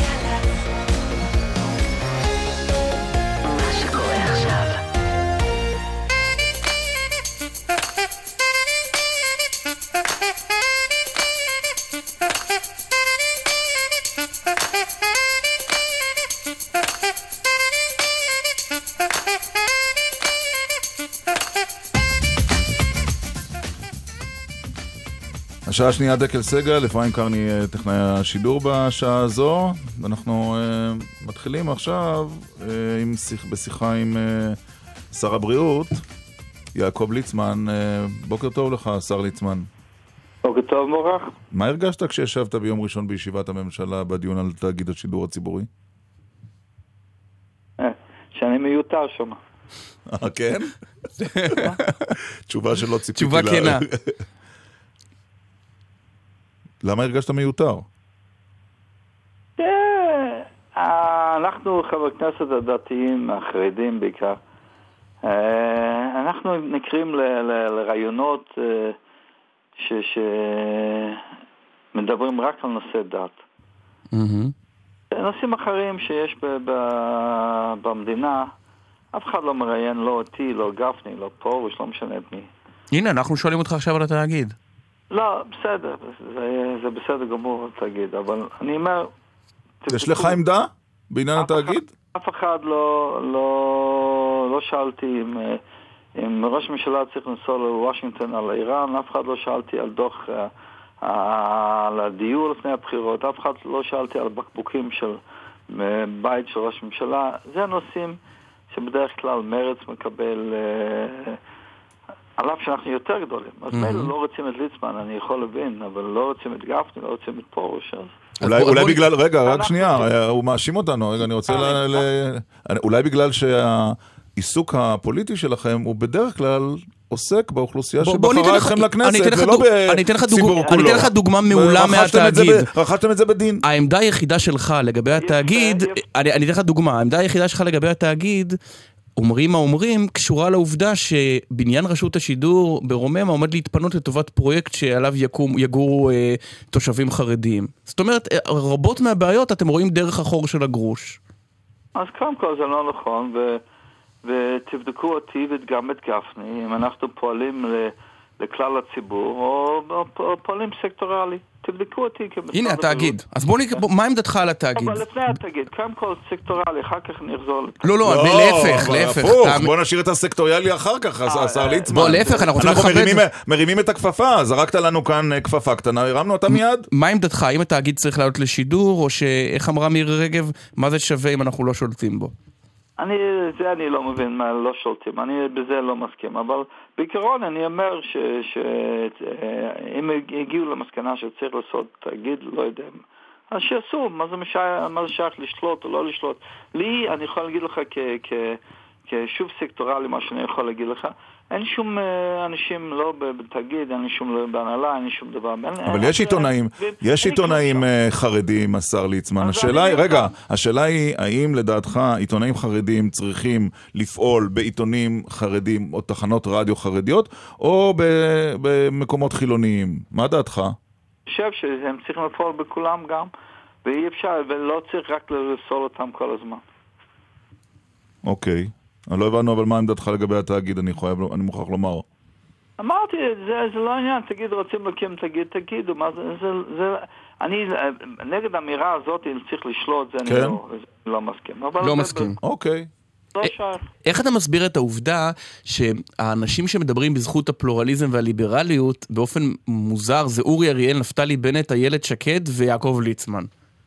השעה השנייה דקל סגל, אפרים קרני טכנאי השידור בשעה הזו, ואנחנו מתחילים עכשיו בשיחה עם שר הבריאות, יעקב ליצמן. בוקר טוב לך, שר ליצמן. בוקר טוב מורח. מה הרגשת כשישבת ביום ראשון בישיבת הממשלה בדיון על תאגיד השידור הציבורי? שאני מיותר שם. כן? תשובה שלא ציפיתי לה. תשובה כנה. למה הרגשת מיותר? אנחנו חברי כנסת הדתיים, החרדים בעיקר, אנחנו נקרים לרעיונות שמדברים רק על נושא דת. נושאים אחרים שיש במדינה, אף אחד לא מראיין, לא אותי, לא גפני, לא פרוש, לא משנה את מי. הנה, אנחנו שואלים אותך עכשיו על התאגיד. לא, בסדר, זה בסדר גמור תגיד, אבל אני אומר... יש לך עמדה בעניין התאגיד? אף אחד לא שאלתי אם ראש הממשלה צריך לנסוע לוושינגטון על איראן, אף אחד לא שאלתי על דוח על הדיור לפני הבחירות, אף אחד לא שאלתי על בקבוקים של בית של ראש הממשלה. זה נושאים שבדרך כלל מרץ מקבל... עליו שאנחנו יותר גדולים. אז מילא לא רוצים את ליצמן, אני יכול להבין, אבל לא רוצים את גפני, לא רוצים את פרוש. אולי בגלל, רגע, רק שנייה, הוא מאשים אותנו, רגע, אני רוצה אולי בגלל שהעיסוק הפוליטי שלכם הוא בדרך כלל עוסק באוכלוסייה שבחרה אתכם לכנסת, ולא בציבור כולו. אני אתן לך דוגמה מעולה מהתאגיד. רכשתם את זה בדין. העמדה היחידה שלך לגבי התאגיד, אני אתן לך דוגמה, העמדה היחידה שלך לגבי התאגיד, אומרים, קשורה לעובדה שבניין רשות השידור ברוממה עומד להתפנות לטובת פרויקט שעליו יגורו תושבים חרדיים. זאת אומרת, רבות מהבעיות אתם רואים דרך החור של הגרוש. אז קודם כל זה לא נכון, ותבדקו אותי וגם את גפני, אם אנחנו פועלים לכלל הציבור, או פועלים סקטורלי. תבדקו אותי. הנה התאגיד. אז בוא נקרא, מה עמדתך על התאגיד? אבל לפני התאגיד, קודם כל סקטורלי, אחר כך נחזור לתאגיד. לא, להפך. בוא נשאיר את הסקטוריאלי אחר כך, השר ליצמן. בוא, להפך, אנחנו מרימים את הכפפה, זרקת לנו כאן כפפה קטנה, הרמנו אותה מיד. מה עמדתך? האם התאגיד צריך לעלות לשידור, או שאיך אמרה מירי רגב, מה זה שווה אם אנחנו לא שולטים בו? אני לא מבין מה לא שולטים, אני בזה לא מסכים, אבל בעיקרון אני אומר שאם הגיעו למסקנה שצריך לעשות תאגיד, לא יודע, אז שיעשו, מה זה שייך לשלוט או לא לשלוט. לי, אני יכול להגיד לך כשוב סקטורלי, מה שאני יכול להגיד לך, אין שום אנשים לא בתאגיד, אין שום בהנהלה, אין שום דבר. אבל יש עיתונאים חרדים, השר ליצמן. השאלה היא, האם לדעתך עיתונאים חרדים צריכים לפעול בעיתונים חרדים או תחנות רדיו חרדיות, או במקומות חילוניים? מה דעתך? אני חושב שהם צריכים לפעול בכולם גם, ואי אפשר, ולא צריך רק לפסול אותם כל הזמן. אוקיי. אני לא הבנו, אבל מה עמדתך לגבי התאגיד, אני מוכרח לומר. אמרתי, זה לא עניין, תגיד, רוצים להקים, תגידו, מה זה, אני נגד האמירה הזאת, צריך לשלוט, זה אני לא מסכים. לא מסכים. אוקיי. איך אתה מסביר את העובדה שהאנשים שמדברים בזכות הפלורליזם והליברליות, באופן מוזר, זה אורי אריאל, נפתלי בנט, איילת שקד ויעקב ליצמן?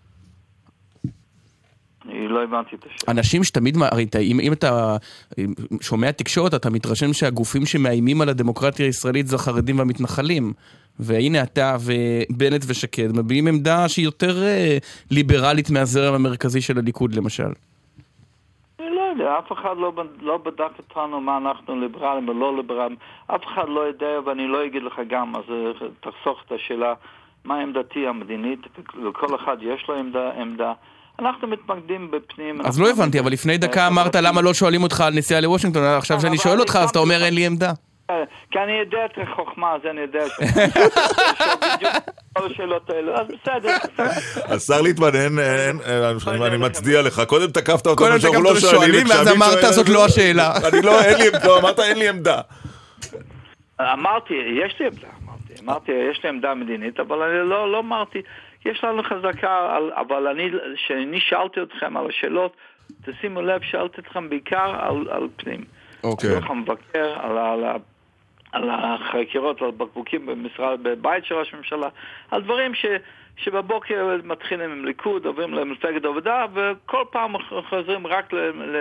אני לא הבנתי את השאלה. אנשים שתמיד, אם אתה שומע תקשורת, אתה מתרשם שהגופים שמאיימים על הדמוקרטיה הישראלית זה החרדים והמתנחלים. והנה אתה ובנט ושקד מביעים עמדה שהיא יותר ליברלית מהזרם המרכזי של הליכוד למשל. אני לא יודע, אף אחד לא בדק אותנו מה אנחנו ליברלים ולא ליברלים. אף אחד לא יודע ואני לא אגיד לך גם, אז תחסוך את השאלה מה עמדתי המדינית, וכל אחד יש לו עמדה. אנחנו מתמקדים בפנים. אז לא הבנתי, אבל לפני דקה אמרת למה לא שואלים אותך על נסיעה לוושינגטון, עכשיו שאני שואל אותך אז אתה אומר אין לי עמדה. כי אני יודע את החוכמה, אז אני יודע שבדיוק כל השאלות האלה, אז בסדר. השר ליטמן, אני מצדיע לך, קודם תקפת אותנו שאנחנו לא שואלים, ואז אמרת זאת לא השאלה. אמרת אין לי עמדה. אמרתי, יש לי עמדה, אמרתי, יש לי עמדה מדינית, אבל אני לא אמרתי, יש לנו חזקה, אבל כשאני שאלתי אתכם על השאלות, תשימו לב, שאלתי אתכם בעיקר על פנים. אוקיי. דוח המבקר, על החקירות, על בקבוקים בבית של ראש הממשלה, על דברים שבבוקר מתחילים עם ליכוד, עוברים למפלגת העבודה, וכל פעם חוזרים רק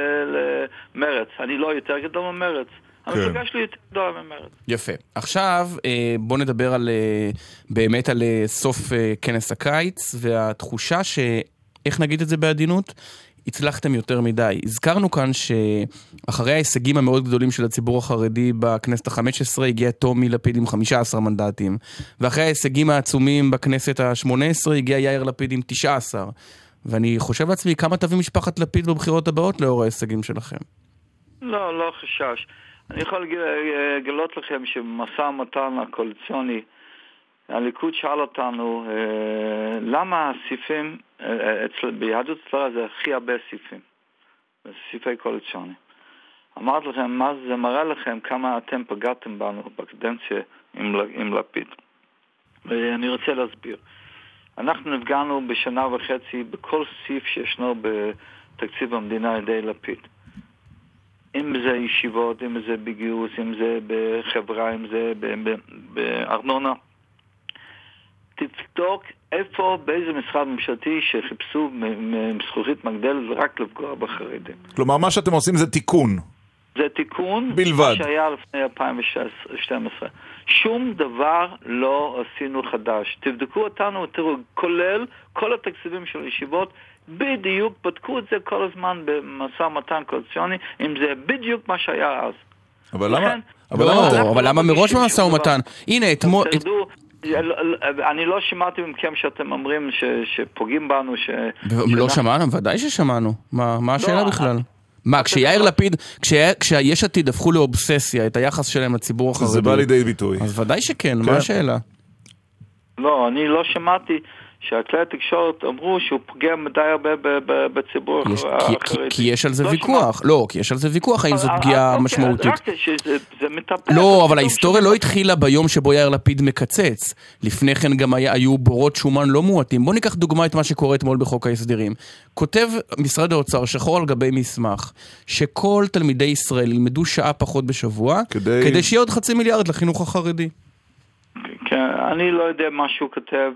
למרץ. אני לא יותר גדול ממרץ. המפלגה שלי יותר גדולה ממרץ. יפה. עכשיו בוא נדבר באמת על סוף כנס הקיץ, והתחושה איך נגיד את זה בעדינות? הצלחתם יותר מדי. הזכרנו כאן שאחרי ההישגים המאוד גדולים של הציבור החרדי בכנסת ה-15 הגיע טומי לפיד עם 15 מנדטים, ואחרי ההישגים העצומים בכנסת ה-18 הגיע יאיר לפיד עם 19. ואני חושב לעצמי כמה תביא משפחת לפיד בבחירות הבאות לאור ההישגים שלכם. לא חשש. אני יכול לגלות לכם שבמשא ומתן הקואליציוני הליכוד שאל אותנו למה הסעיפים ביהדות התורה זה הכי הרבה סעיפים, סעיפי קואליציוני. אמרתי לכם, מה זה מראה לכם כמה אתם פגעתם בנו בקדנציה עם לפיד. ואני רוצה להסביר. אנחנו נפגענו בשנה וחצי בכל סעיף שישנו בתקציב המדינה על ידי לפיד. אם זה ישיבות, אם זה בגיוס, אם זה בחברה, אם זה בארנונה. תבדוק איפה, באיזה משרד ממשלתי שחיפשו מזכוכית מגדלת רק לפגוע בחרדים. כלומר, מה שאתם עושים זה תיקון. זה תיקון בלבד. מה שהיה לפני 2012. שום דבר לא עשינו חדש. תבדקו אותנו, תראו, כולל כל התקציבים של ישיבות, בדיוק בדקו את זה כל הזמן במשא ומתן קואליציוני, אם זה בדיוק מה שהיה אז. אבל למה? אבל למה מראש במשא ומתן? הנה, אתמול... אני לא שמעתי מכם שאתם אומרים שפוגעים בנו. לא שמענו, ודאי ששמענו. מה השאלה בכלל? מה, כשיאיר לפיד, כשיש עתיד הפכו לאובססיה, את היחס שלהם לציבור החרדי. זה בא לידי ביטוי. אז ודאי שכן, מה השאלה? לא, אני לא שמעתי שהכלי התקשורת אמרו שהוא פוגע מדי הרבה בציבור החרדי. כי יש על זה ויכוח. לא, כי יש על זה ויכוח, האם זאת פגיעה משמעותית. לא, אבל ההיסטוריה לא התחילה ביום שבו יאיר לפיד מקצץ. לפני כן גם היו בורות שומן לא מועטים. בוא ניקח דוגמה את מה שקורה אתמול בחוק ההסדרים. כותב משרד האוצר שחור על גבי מסמך, שכל תלמידי ישראל ילמדו שעה פחות בשבוע, כדי שיהיה עוד 500 מיליארד לחינוך החרדי. כן, אני לא יודע מה שהוא כותב,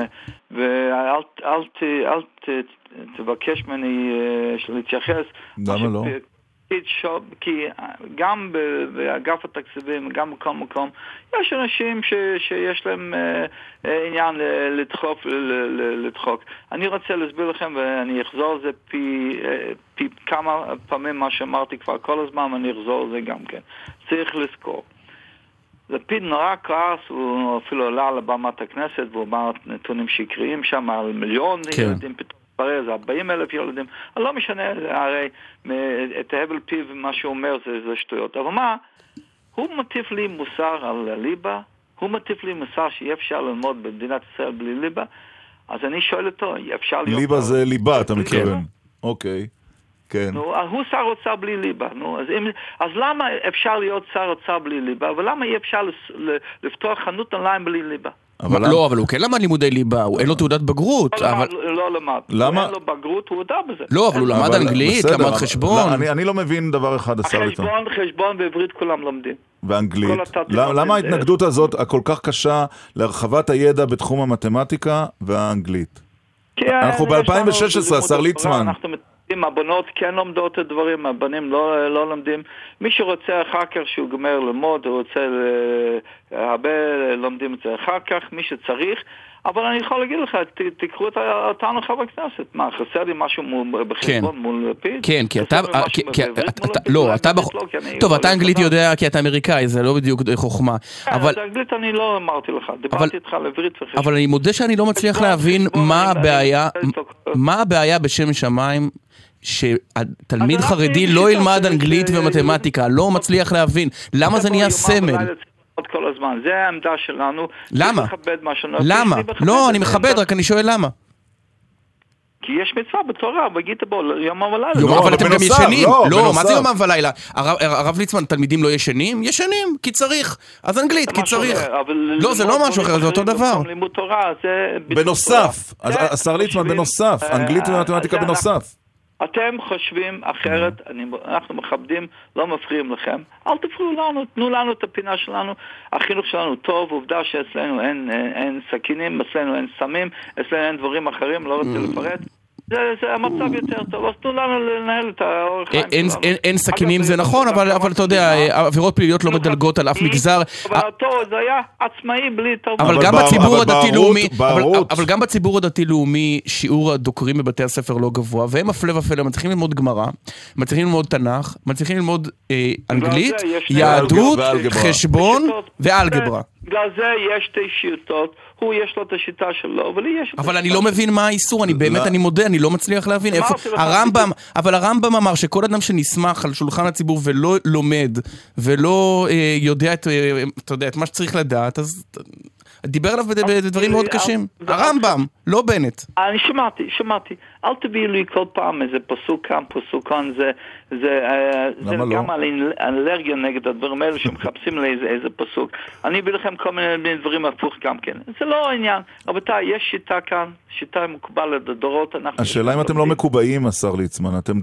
ואל תבקש ממני להתייחס. למה לא? כי גם באגף התקציבים, גם בכל מקום, יש אנשים שיש להם עניין לדחוק. אני רוצה להסביר לכם, ואני אחזור על זה פי כמה פעמים מה שאמרתי כבר כל הזמן, ואני אחזור על זה גם כן. צריך לזכור. לפיד נורא כעס, הוא אפילו עלה לבמת הכנסת, והוא אמר נתונים שקריים שם על מיליון ילדים, פתאום ברר, זה 40,000 ילדים, אבל לא משנה, הרי את ההבל פיו ומה שהוא אומר זה שטויות. אבל מה, הוא מטיף לי מוסר על הליבה, הוא מטיף לי מוסר שאי אפשר ללמוד במדינת ישראל בלי ליבה, אז אני שואל אותו, אפשר להיות... ליבה זה ליבה, אתה מתכוון. אוקיי. כן. הוא שר אוצר בלי ליבה. אז למה אפשר להיות שר אוצר בלי ליבה, ולמה אי אפשר לפתוח חנות אונליין בלי ליבה? לא, אבל הוא כן למד לימודי ליבה, אין לו תעודת בגרות. לא למד. למה? אין לו בגרות, הוא הודע בזה. לא, אבל הוא למד אנגלית, למד חשבון. אני לא מבין דבר אחד, השר ליצמן. חשבון ועברית כולם לומדים. ואנגלית. למה ההתנגדות הזאת הכל כך קשה להרחבת הידע בתחום המתמטיקה והאנגלית? אנחנו ב-2016, השר ליצמן. הבנות כן לומדות את הדברים, הבנים לא לומדים. מי שרוצה אחר כך שהוא גומר ללמוד, הוא רוצה, הרבה לומדים את זה אחר כך, מי שצריך. אבל אני יכול להגיד לך, תקחו אותנו חבר כנסת. מה, חסר לי משהו בחשבון מול לפיד? כן, כי אתה... לא, אתה... טוב, אתה אנגלית יודע כי אתה אמריקאי, זה לא בדיוק חוכמה. אבל אנגלית אני לא אמרתי לך, דיברתי איתך על עברית וחשבון. אבל אני מודה שאני לא מצליח להבין מה הבעיה בשם שמיים שתלמיד חרדי לא ילמד אנגלית ומתמטיקה, לא מצליח להבין. למה זה נהיה סמל? כל הזמן. זה העמדה שלנו. למה? למה? לא, אני מכבד, רק אני שואל למה. כי יש מצווה בתורה, בגית בו, יום ולילה. אבל אתם גם ישנים. לא, מה זה יום ולילה? הרב ליצמן, תלמידים לא ישנים? ישנים, כי צריך. אז אנגלית, כי צריך. לא, זה לא משהו אחר, זה אותו דבר. בנוסף. השר ליצמן, בנוסף. אנגלית ומתמטיקה בנוסף. אתם חושבים אחרת, אנחנו מכבדים, לא מפריעים לכם, אל תפריעו לנו, תנו לנו את הפינה שלנו, החינוך שלנו טוב, עובדה שאצלנו אין סכינים, אצלנו אין סמים, אצלנו אין דברים אחרים, לא רוצה לפרט. זה המצב יותר טוב, אז תנו לנו לנהל את האורח חיים שלנו. אין סכינים זה נכון, אבל אתה יודע, עבירות פליליות לא מדלגות על אף מגזר. זה היה עצמאי בלי תרבות. אבל גם בציבור הדתי-לאומי שיעור הדוקרים בבתי הספר לא גבוה, והם הפלא ופלא, מצליחים ללמוד גמרא, מצליחים ללמוד תנ"ך, מצליחים ללמוד אנגלית, יהדות, חשבון ואלגברה. בגלל זה יש שתי שיטות, הוא יש לו את השיטה שלו, ולי יש... אבל אני לא מבין מה האיסור, אני מודה, אני לא מצליח להבין. אבל הרמב"ם אמר שכל אדם שנסמך על שולחן הציבור ולא לומד, ולא יודע את מה שצריך לדעת, אז דיבר עליו בדברים מאוד קשים. הרמב"ם, לא בנט. אני שמעתי. אל תביאו לי כל פעם איזה פסוק כאן, פסוק כאן, זה גם על אלרגיה נגד הדברים האלה שמחפשים לאיזה פסוק. אני אביא לכם כל מיני דברים הפוך גם כן. זה לא העניין. רבותיי, יש שיטה כאן, שיטה מקובלת לדורות. השאלה אם אתם לא מקובעים, השר ליצמן. אתם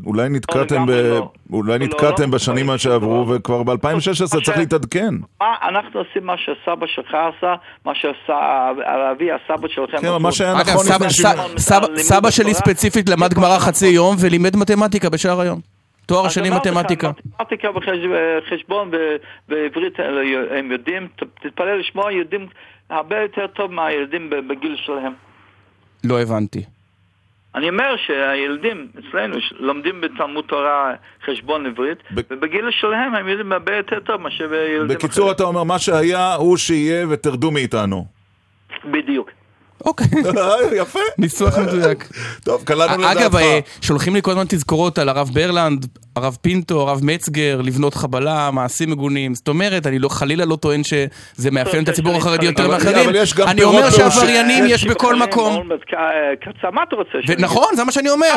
אולי נתקעתם בשנים שעברו, וכבר ב-2016 צריך להתעדכן. אנחנו עושים מה שהסבא שלך עשה, מה שעשה אבי, הסבא שלכם. כן, מה שהיה נכון. סבא שלי ספציפית למד גמרא חצי יום ולימד מתמטיקה בשער היום. תואר שני מתמטיקה. מתמטיקה וחשבון ועברית הם יודעים, תתפלל לשמוע, יודעים הרבה יותר טוב מהילדים בגיל שלהם. לא הבנתי. אני אומר שהילדים אצלנו לומדים בתלמוד תורה חשבון עברית, ובגיל שלהם הם יודעים הרבה יותר טוב מה שילדים אחרים. בקיצור אתה אומר, מה שהיה הוא שיהיה ותרדו מאיתנו. בדיוק. אוקיי. יפה. ניסוח מדויק. טוב, קלענו לדעתך. אגב, שולחים לי כל הזמן תזכורות על הרב ברלנד, הרב פינטו, הרב מצגר, לבנות חבלה, מעשים מגונים. זאת אומרת, אני חלילה לא טוען שזה מאפיין את הציבור החרדי יותר מאחרים. אני אומר שהעבריינים יש בכל מקום. מה אתה רוצה? נכון, זה מה שאני אומר.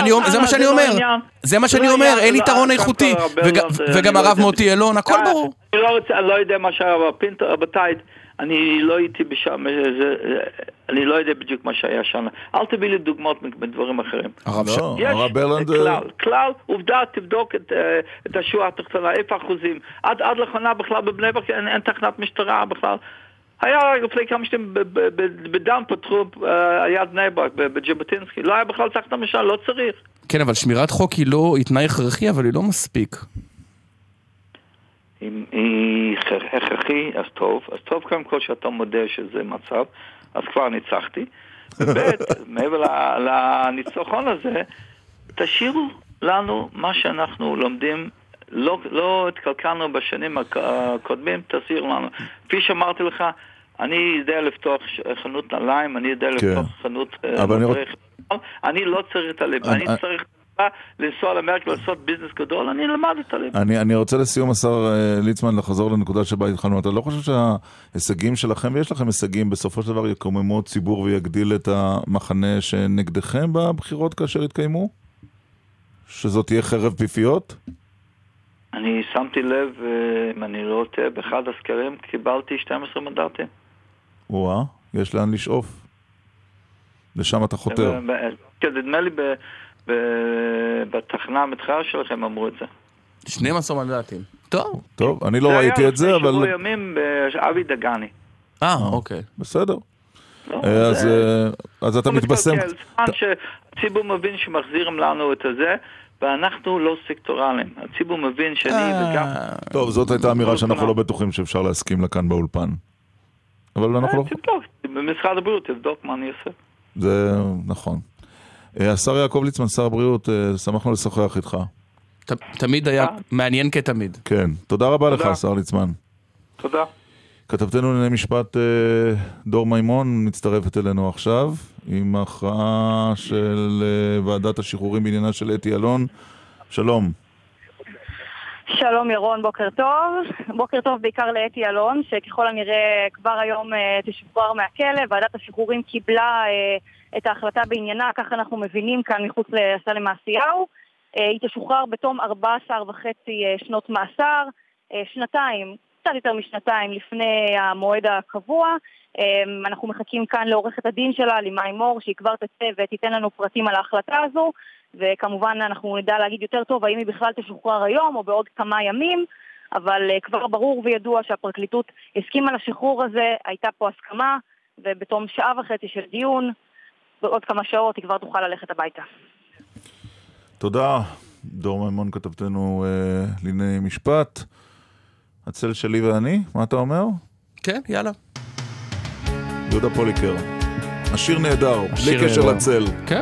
זה מה שאני אומר. אין יתרון איכותי. וגם הרב מוטי אלון, הכל ברור. אני לא יודע מה שהרב פינטו, רבותיי, אני לא הייתי בשם, אני לא יודע בדיוק מה שהיה שם. אל תביא לי דוגמאות מדברים אחרים. הרב ברלנד... כלל, עובדה, תבדוק את השורה התחתונה, איפה אחוזים. עד לאחרונה בכלל בבני ברק אין תחנת משטרה בכלל. היה לפני כמה שנים בדן פתחו היד בני ברק, בג'בוטינסקי. לא היה בכלל תחנת משטרה, לא צריך. כן, אבל שמירת חוק היא לא תנאי הכרחי, אבל היא לא מספיק. אם היא הכרחי, אז טוב קודם כל שאתה מודה שזה מצב, אז כבר ניצחתי. ובית, מעבר לניצחון הזה, תשאירו לנו מה שאנחנו לומדים, לא התקלקלנו בשנים הקודמים, תשאירו לנו. כפי שאמרתי לך, אני יודע לפתוח חנות נעליים, אני יודע לפתוח חנות אני לא צריך את הלב, אני צריך לנסוע לאמריקה, לעשות ביזנס גדול, אני למד את הלב. אני רוצה לסיום, השר ליצמן, לחזור לנקודה שבה התחלנו. אתה לא חושב שההישגים שלכם, ויש לכם הישגים, בסופו של דבר יקוממו ציבור ויגדיל את המחנה שנגדכם בבחירות כאשר יתקיימו? שזאת תהיה חרב פיפיות? אני שמתי לב, אם אני לא טועה, באחד הסקרים קיבלתי 12 מנדטים. וואה, יש לאן לשאוף. לשם אתה חותר. נדמה לי בתחנה המתחרה שלכם אמרו את זה. 12 מנדטים. טוב. טוב, אני לא ראיתי את זה, אבל... שבוע ימים באבי דגני. אוקיי. בסדר. אז אתה מתבשם... הציבור מבין שמחזירים לנו את זה, ואנחנו לא סקטורליים. הציבור מבין שאני וגם... טוב, זאת הייתה אמירה שאנחנו לא בטוחים שאפשר להסכים לה כאן באולפן. אבל אנחנו לא... תבדוק, במשרד הבריאות תבדוק מה אני עושה. זה נכון. השר יעקב ליצמן, שר הבריאות, שמחנו לשוחח איתך. תמיד היה מעניין כתמיד. כן, תודה רבה לך, שר ליצמן. תודה. כתבתנו לענייני משפט דור מימון מצטרפת אלינו עכשיו עם ההכרעה של ועדת השחרורים בעניינה של אתי אלון. שלום. שלום ירון, בוקר טוב. בוקר טוב בעיקר לאתי אלון, שככל הנראה כבר היום תשוחרר מהכלא. ועדת השחרורים קיבלה את ההחלטה בעניינה, כך אנחנו מבינים כאן מחוץ לסלם מעשיהו. היא תשוחרר בתום 14.5 שנות מאסר, שנתיים, קצת יותר משנתיים לפני המועד הקבוע. אנחנו מחכים כאן לעורכת הדין שלה, לימאי מור, שהיא כבר תצא ותיתן לנו פרטים על ההחלטה הזו, וכמובן אנחנו נדע להגיד יותר טוב האם היא בכלל תשוחרר היום או בעוד כמה ימים, אבל כבר ברור וידוע שהפרקליטות הסכימה לשחרור הזה, הייתה פה הסכמה, ובתום 1.5 שעות של דיון, בעוד כמה שעות היא כבר תוכל ללכת הביתה. תודה, דור מימון כתבתנו לענייני משפט. הצל שלי ואני, מה אתה אומר? כן, יאללה. יהודה פוליקר. השיר נהדר, בלי קשר לצל. כן.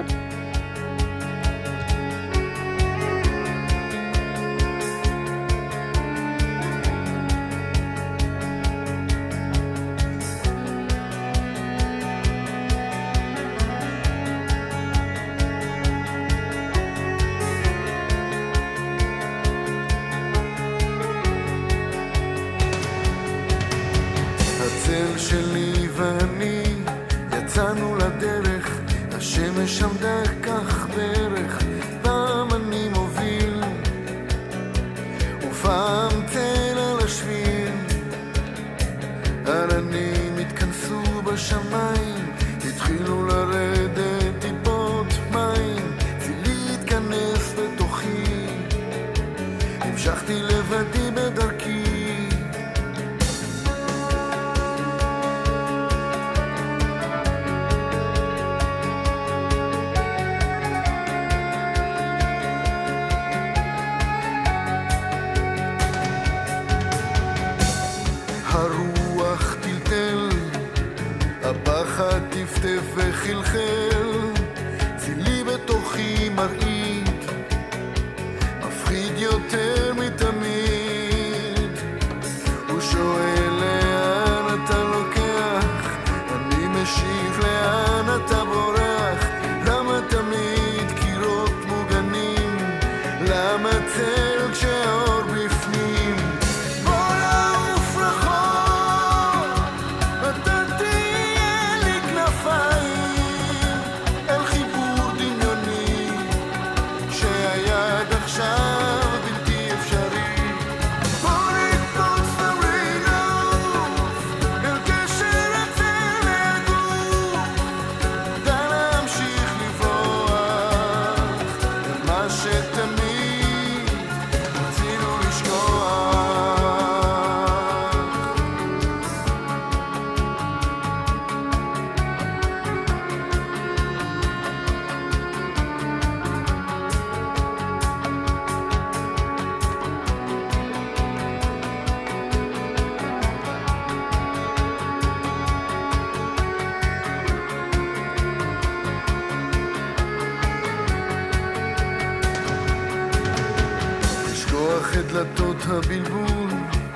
דלתות הבלבול,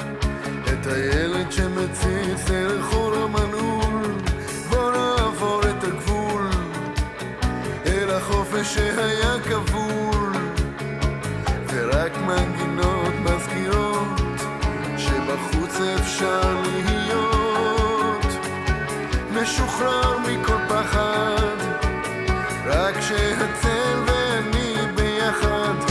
את הילד שמציץ לרחור המנעול, בוא נעבור את הגבול אל החופש שהיה כבול, ורק מנגינות מזכירות שבחוץ אפשר להיות משוחרר מכל פחד, רק שהצל ואני ביחד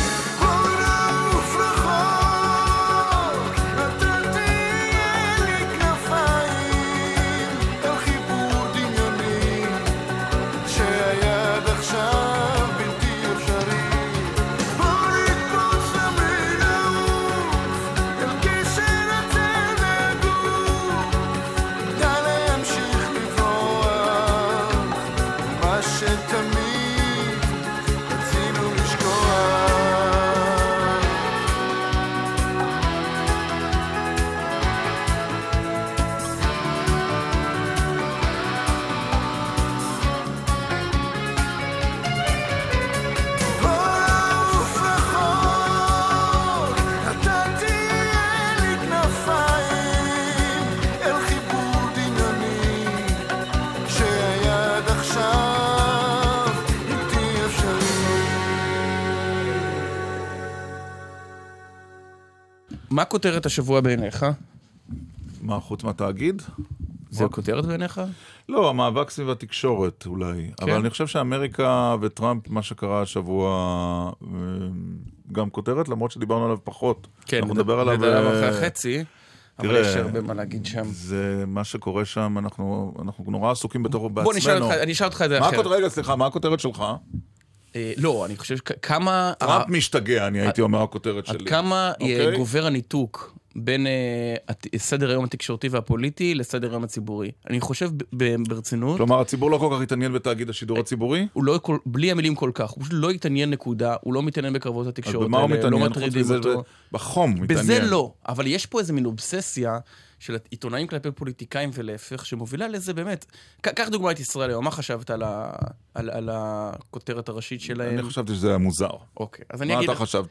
מה כותרת השבוע בעיניך? מה, חוץ מהתאגיד? זה כותרת בעיניך? לא, המאבק סביב התקשורת אולי. אבל אני חושב שאמריקה וטראמפ, מה שקרה השבוע, גם כותרת, למרות שדיברנו עליו פחות. כן, אנחנו נדבר עליו אחרי החצי, אבל יש הרבה מה להגיד שם. זה מה שקורה שם, אנחנו נורא עסוקים בתור בעצמנו. בוא, אני אשאל אותך את זה אחרת. רגע, סליחה, מה הכותרת שלך? לא, אני חושב כמה... טראמפ משתגע, אני הייתי אומר הכותרת שלי. עד כמה גובר הניתוק בין סדר היום התקשורתי והפוליטי לסדר היום הציבורי. אני חושב ברצינות... כלומר, הציבור לא כל כך התעניין בתאגיד השידור הציבורי? הוא לא, בלי המילים כל כך, הוא פשוט לא התעניין נקודה, הוא לא מתעניין בקרבות התקשורת. אז במה הוא מתעניין? חוץ מזה בחום מתעניין. בזה לא, אבל יש פה איזה מין אובססיה של עיתונאים כלפי פוליטיקאים ולהפך, שמובילה לזה באמת. קח דוגמא את ישראל היום, מה חשבת על הכותרת הראשית שלהם? אני חשבתי שזה היה מוזר. אוקיי, אז אני אגיד... מה אתה חשבת?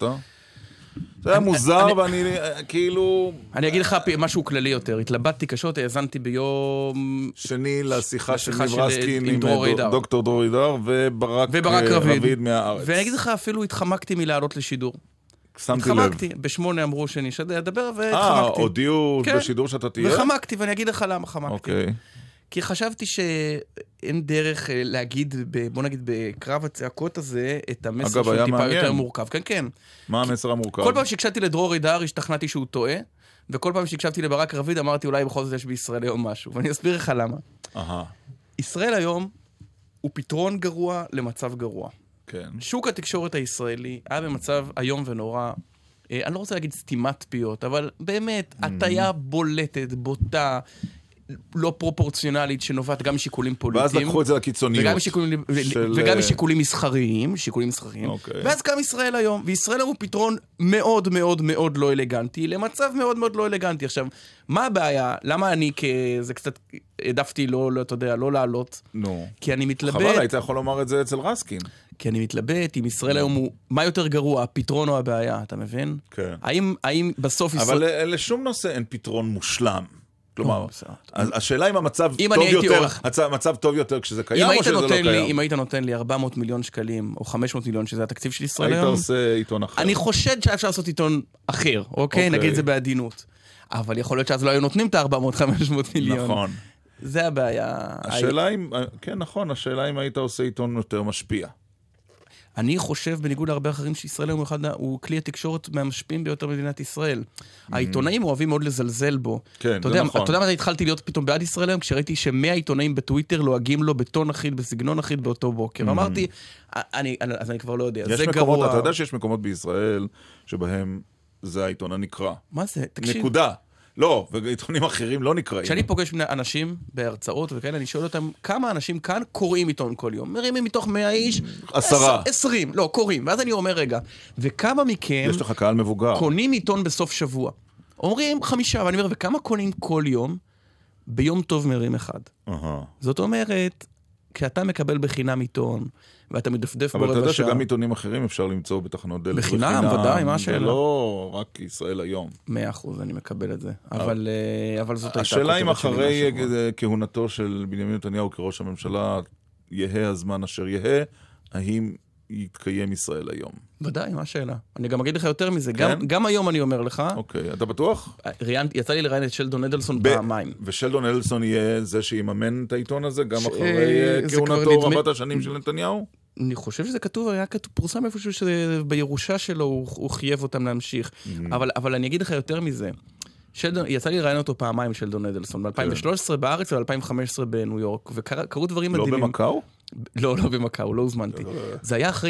זה היה מוזר ואני כאילו... אני אגיד לך משהו כללי יותר. התלבטתי קשות, האזנתי ביום... שני לשיחה של ניב רסקין עם דוקטור דרור אידר וברק רביד מהארץ. ואני אגיד לך, אפילו התחמקתי מלעלות לשידור. שמתי לב. התחמקתי, ב8 אמרו שאני אדבר והתחמקתי. הודיעו בשידור שאתה תהיה? וחמקתי, ואני אגיד לך למה חמקתי. אוקיי. כי חשבתי שאין דרך להגיד, בוא נגיד, בקרב הצעקות הזה, את המסר שהוא טיפה יותר מורכב. כן, כן. מה המסר המורכב? כל פעם שהקשבתי לדרור אידר, השתכנעתי שהוא טועה, וכל פעם שהקשבתי לברק רביד, אמרתי, אולי בכל זאת יש בישראל היום משהו. ואני אסביר לך למה. ישראל היום הוא פתרון גרוע למצב גרוע. כן. שוק התקשורת הישראלי היה במצב היום ונורא, אני לא רוצה להגיד סתימת פיות, אבל באמת, הטיה בולטת, בוטה, לא פרופורציונלית, שנובעת גם משיקולים פוליטיים. ואז לקחו את זה לקיצוניות. וגם משיקולים מסחריים, ואז קם ישראל היום, וישראל הוא פתרון מאוד מאוד מאוד לא אלגנטי, למצב מאוד מאוד לא אלגנטי. עכשיו, מה הבעיה? למה אני זה קצת העדפתי לא, אתה יודע, לא לעלות? נו. כי אני מתלבט... חבל, היית יכול לומר את זה אצל רסקין. כי אני מתלבט, אם ישראל היום הוא, מה יותר גרוע, הפתרון או הבעיה, אתה מבין? כן. האם בסוף ישראל... אבל לשום נושא אין פתרון מושלם. כלומר, השאלה אם המצב טוב יותר, המצב טוב יותר כשזה קיים או שזה לא קיים. אם היית נותן לי 400 מיליון שקלים או 500 מיליון, שזה התקציב של ישראל היום, היית עושה עיתון אחר. אני חושד שאפשר לעשות עיתון אחר, אוקיי? נגיד זה בעדינות. אבל יכול להיות שאז לא היו נותנים את ה-400-500 מיליון. נכון. זה הבעיה. השאלה אם, כן נכון, השאלה אם היית עושה עיתון יותר משפיע. אני חושב, בניגוד להרבה אחרים, שישראל היום הוא כלי התקשורת מהמשפיעים ביותר במדינת ישראל. העיתונאים אוהבים מאוד לזלזל בו. כן, זה נכון. אתה יודע מתי התחלתי להיות פתאום בעד ישראל היום? כשראיתי ש100 עיתונאים בטוויטר לועגים לו בטון אחיד, בסגנון אחיד באותו בוקר. אמרתי, אז אני כבר לא יודע. זה גרוע. אתה יודע שיש מקומות בישראל שבהם זה העיתון הנקרא. מה זה? תקשיב. נקודה. לא, ועיתונים אחרים לא נקראים. כשאני פוגש אנשים בהרצאות וכאלה, אני שואל אותם, כמה אנשים כאן קוראים עיתון כל יום? מרימים מתוך 100 איש? 10. 20, לא, קוראים. ואז אני אומר, רגע, וכמה מכם... יש לך קהל מבוגר. קונים עיתון בסוף שבוע? אומרים 5, ואני אומר, וכמה קונים כל יום? ביום טוב מרים אחד. זאת אומרת, כשאתה מקבל בחינם עיתון, ואתה מדפדף בו רבע שעה... אבל אתה יודע שגם עיתונים אחרים אפשר למצוא בתחנות דלק בחינם. ודאי, מה השאלה? זה לא רק ישראל היום. 100%, אני מקבל את זה. אבל זאת הייתה... השאלה אם אחרי כהונתו של בנימין נתניהו כראש הממשלה, יהא הזמן אשר יהא, האם יתקיים ישראל היום? ודאי, מה השאלה? אני גם אגיד לך יותר מזה. גם היום אני אומר לך... אוקיי, אתה בטוח? יצא לי לראיין את שלדון אדלסון פעמיים. ושלדון אדלסון יהיה זה שיממן את העיתון הזה, גם אחרי כהונתו רבת השנים של נתניהו? אני חושב שזה כתוב, היה כתוב, פורסם איפשהו שבירושה שלו הוא חייב אותם להמשיך. אבל אני אגיד לך יותר מזה. יצא לי לראיין אותו פעמיים שלדון אדלסון, ב-2013 בארץ וב-2015 בניו יורק, וקראו דברים מדהימים. לא במקאו? לא במקאו, לא הוזמנתי. זה היה אחרי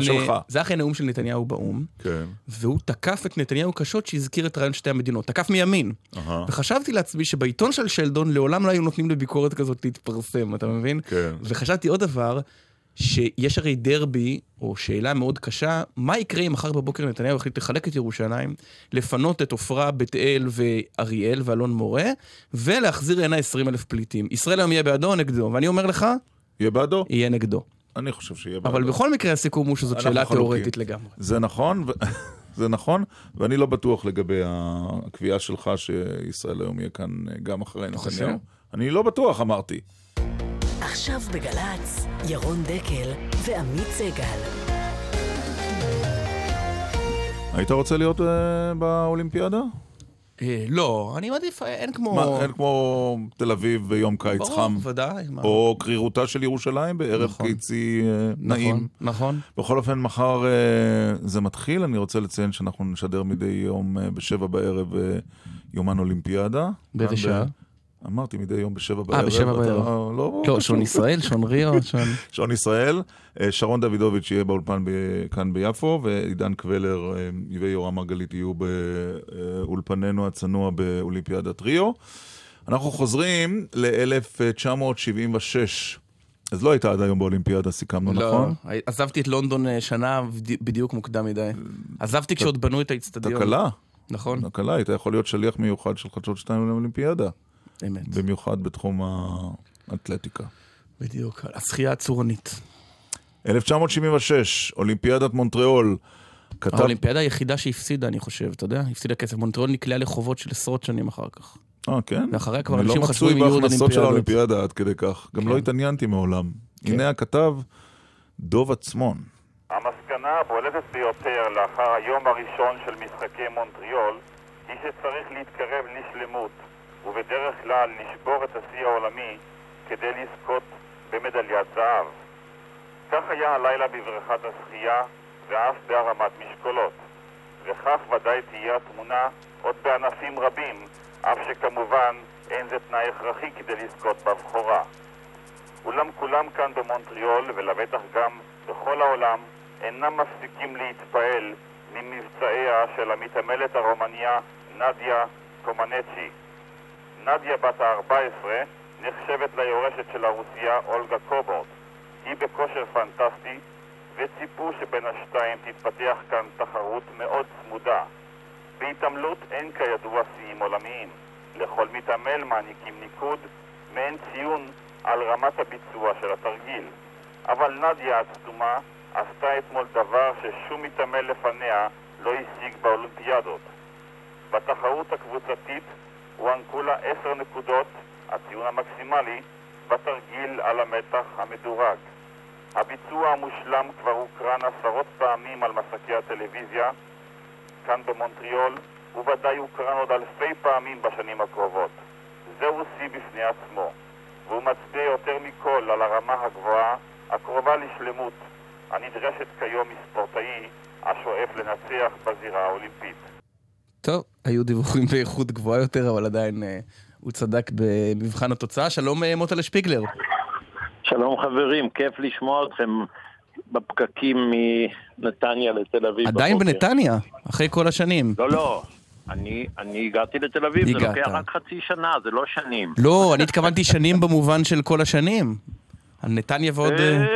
נאום של נתניהו באום, והוא תקף את נתניהו קשות שהזכיר את רעיון שתי המדינות, תקף מימין. וחשבתי לעצמי שבעיתון של שלדון לעולם לא היו נותנים לביקורת כזאת להתפרסם, אתה מבין? וחשבתי עוד דבר, שיש הרי דרבי, או שאלה מאוד קשה, מה יקרה אם מחר בבוקר נתניהו החליט לחלק את ירושלים, לפנות את עופרה, בית אל ואריאל ואלון מורה, ולהחזיר הנה 20,000 פליטים. ישראל היום יהיה בעדו או נגדו? ואני אומר לך, יהיה בעדו? יהיה נגדו. אני חושב שיהיה בעדו. אבל בכל מקרה הסיכום הוא שזאת שאלה תיאורטית לגמרי. זה נכון, זה נכון, ואני לא בטוח לגבי הקביעה שלך שישראל היום יהיה כאן גם אחרי נתניהו. אני לא בטוח, אמרתי. עכשיו בגלץ, ירון דקל ועמית סגל. היית רוצה להיות באולימפיאדה? לא, אני מעדיף, אין כמו... מה, אין כמו תל אביב ביום קיץ חם? ברור, ודאי. או קרירותה של ירושלים בערב קיצי נעים. נכון. בכל אופן, מחר זה מתחיל. אני רוצה לציין שאנחנו נשדר מדי יום ב7 בערב יומן אולימפיאדה. באיזה שעה? אמרתי מדי יום ב7 בערב. ב7 בערב. לא, שון ישראל, שון ריו. שון ישראל. שרון דוידוביץ' יהיה באולפן כאן ביפו, ועידן קבלר ויורם מרגלית יהיו באולפננו הצנוע באולימפיאדת ריו. אנחנו חוזרים ל-1976. אז לא הייתה עד היום באולימפיאדה, סיכמנו, נכון? לא, עזבתי את לונדון שנה בדיוק מוקדם מדי. עזבתי כשעוד בנו את האצטדיון. תקלה. נכון. תקלה, היית יכול להיות שליח מיוחד של חדשות 2 לאולימפיאדה. אמת. במיוחד בתחום האתלטיקה. בדיוק, השחייה הצורנית. 1976, אולימפיאדת מונטריאול. האולימפיאדה היחידה שהפסידה, אני חושב, אתה יודע? הפסידה כסף. מונטריאול נקלעה לחובות של עשרות שנים אחר כך. כן? ואחרי כבר אנשים חשבו אם יהיו עוד אולימפיאדות. אני לא מצוי בהכנסות של האולימפיאדות. עד כדי כך. גם לא התעניינתי מעולם. הנה הכתב דוב עצמון. המסקנה הבולטת ביותר לאחר היום הראשון של משחקי מונטריאול היא שצריך להתקרב לשלמות ובדרך כלל לשבור את השיא העולמי כדי לזכות במדליית זהב. כך היה הלילה בבריכת השחייה ואף בהרמת משקולות, וכך ודאי תהיה התמונה עוד בענפים רבים, אף שכמובן אין זה תנאי הכרחי כדי לזכות בבחורה. אולם כולם כאן במונטריאול ולבטח גם בכל העולם אינם מפסיקים להתפעל ממבצעיה של המתעמלת הרומניה נדיה קומנצ'י. נדיה בת ה-14 נחשבת ליורשת של הרוסיה אולגה קובורט. היא בכושר פנטסטי וציפו שבין השתיים תתפתח כאן תחרות מאוד צמודה. בהתעמלות אין כידוע שיאים עולמיים. לכל מתעמל מעניקים ניקוד מעין ציון על רמת הביצוע של התרגיל. אבל נדיה הסתומה עשתה אתמול דבר ששום מתעמל לפניה לא השיג באולימפיאדות. בתחרות הקבוצתית הוענקו לה 10 נקודות, הציון המקסימלי, בתרגיל על המתח המדורג. הביצוע המושלם כבר הוקרן עשרות פעמים על מסקי הטלוויזיה כאן במונטריאול, וודאי הוקרן עוד אלפי פעמים בשנים הקרובות. זהו שיא בפני עצמו, והוא מצביע יותר מכל על הרמה הגבוהה הקרובה לשלמות הנדרשת כיום מספורטאי השואף לנצח בזירה האולימפית. טוב, היו דיווחים באיכות גבוהה יותר, אבל עדיין הוא צדק במבחן התוצאה. שלום מוטלה שפיגלר. שלום חברים, כיף לשמוע אתכם בפקקים מנתניה לתל אביב. עדיין בנתניה, אחרי כל השנים. לא, אני הגעתי לתל אביב, זה לוקח רק חצי שנה, זה לא שנים. לא, אני התכוונתי שנים במובן של כל השנים. על נתניה ועוד...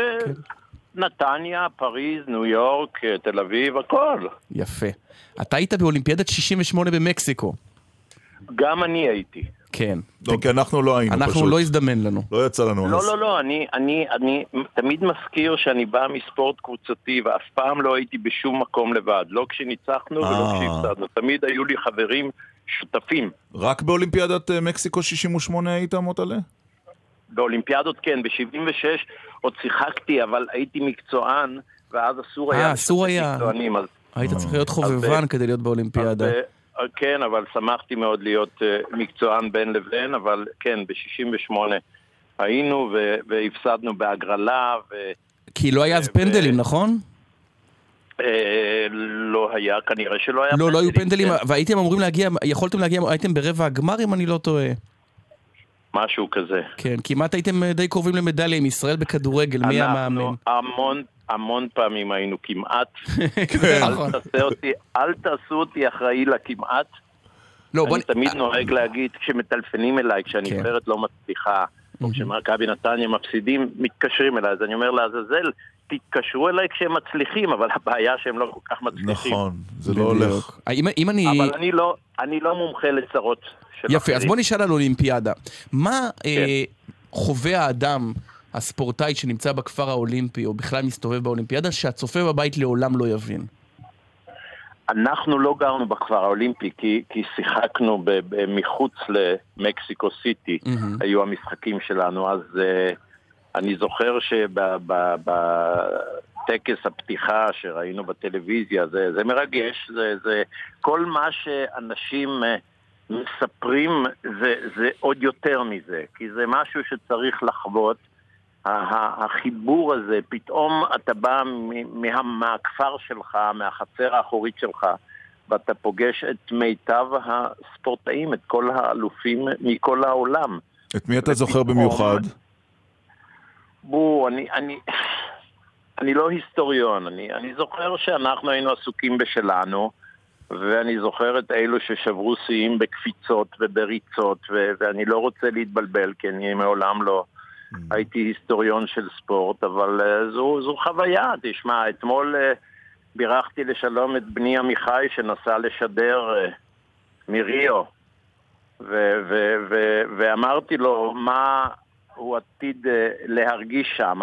נתניה, פריז, ניו יורק, תל אביב, הכל. יפה. אתה היית באולימפיאדת 68 במקסיקו. גם אני הייתי. כן. לא, כי אנחנו לא היינו פשוט. אנחנו לא הזדמן לנו. לא יצא לנו. לא, אני תמיד מזכיר שאני בא מספורט קבוצתי, ואף פעם לא הייתי בשום מקום לבד. לא כשניצחנו ולא כשהפסדנו. תמיד היו לי חברים שותפים. רק באולימפיאדת מקסיקו 68 היית מוטלה? באולימפיאדות כן, ב-76 עוד שיחקתי, אבל הייתי מקצוען, ואז אסור היה... אסור היה. היית צריך להיות חובבן כדי להיות באולימפיאדה. כן, אבל שמחתי מאוד להיות מקצוען בין לבין, אבל כן, ב-68 היינו והפסדנו בהגרלה. כי לא היה אז פנדלים, נכון? לא היה, כנראה שלא היה פנדלים. לא היו פנדלים, והייתם אמורים להגיע, יכולתם להגיע, הייתם ברבע הגמר אם אני לא טועה. משהו כזה. כן, כמעט הייתם די קרובים למדליה עם ישראל בכדורגל, מי המאמן? המון פעמים היינו כמעט. אל תעשו אותי אחראי לכמעט. אני תמיד נוהג להגיד, כשמטלפנים אליי, כשהנבחרת לא מצליחה, או כשמכבי נתניה מפסידים, מתקשרים אליי, אז אני אומר לעזאזל, תתקשרו אליי כשהם מצליחים, אבל הבעיה שהם לא כל כך מצליחים. נכון, זה לא הולך. אבל אני לא מומחה לצרות של אחרים. יפה, אז בוא נשאל על אולימפיאדה. מה חווה האדם, הספורטאי שנמצא בכפר האולימפי, או בכלל מסתובב באולימפיאדה, שהצופה בבית לעולם לא יבין? אנחנו לא גרנו בכפר האולימפי, כי שיחקנו מחוץ למקסיקו סיטי, היו המשחקים שלנו, אז אני זוכר טקס הפתיחה שראינו בטלוויזיה, זה מרגש, זה כל מה שאנשים מספרים זה עוד יותר מזה, כי זה משהו שצריך לחוות. החיבור הזה, פתאום אתה בא מהכפר שלך, מהחצר האחורית שלך, ואתה פוגש את מיטב הספורטאים, את כל האלופים מכל העולם. את מי אתה זוכר במיוחד? אני לא היסטוריון, אני זוכר שאנחנו היינו עסוקים בשלנו, ואני זוכר את אלו ששברו שיאים בקפיצות ובריצות, ואני לא רוצה להתבלבל, כי אני מעולם לא הייתי היסטוריון של ספורט, אבל זו חוויה. תשמע, אתמול בירכתי לשלום את בני עמיחי שנסע לשדר מריו, ואמרתי לו מה הוא עתיד להרגיש שם,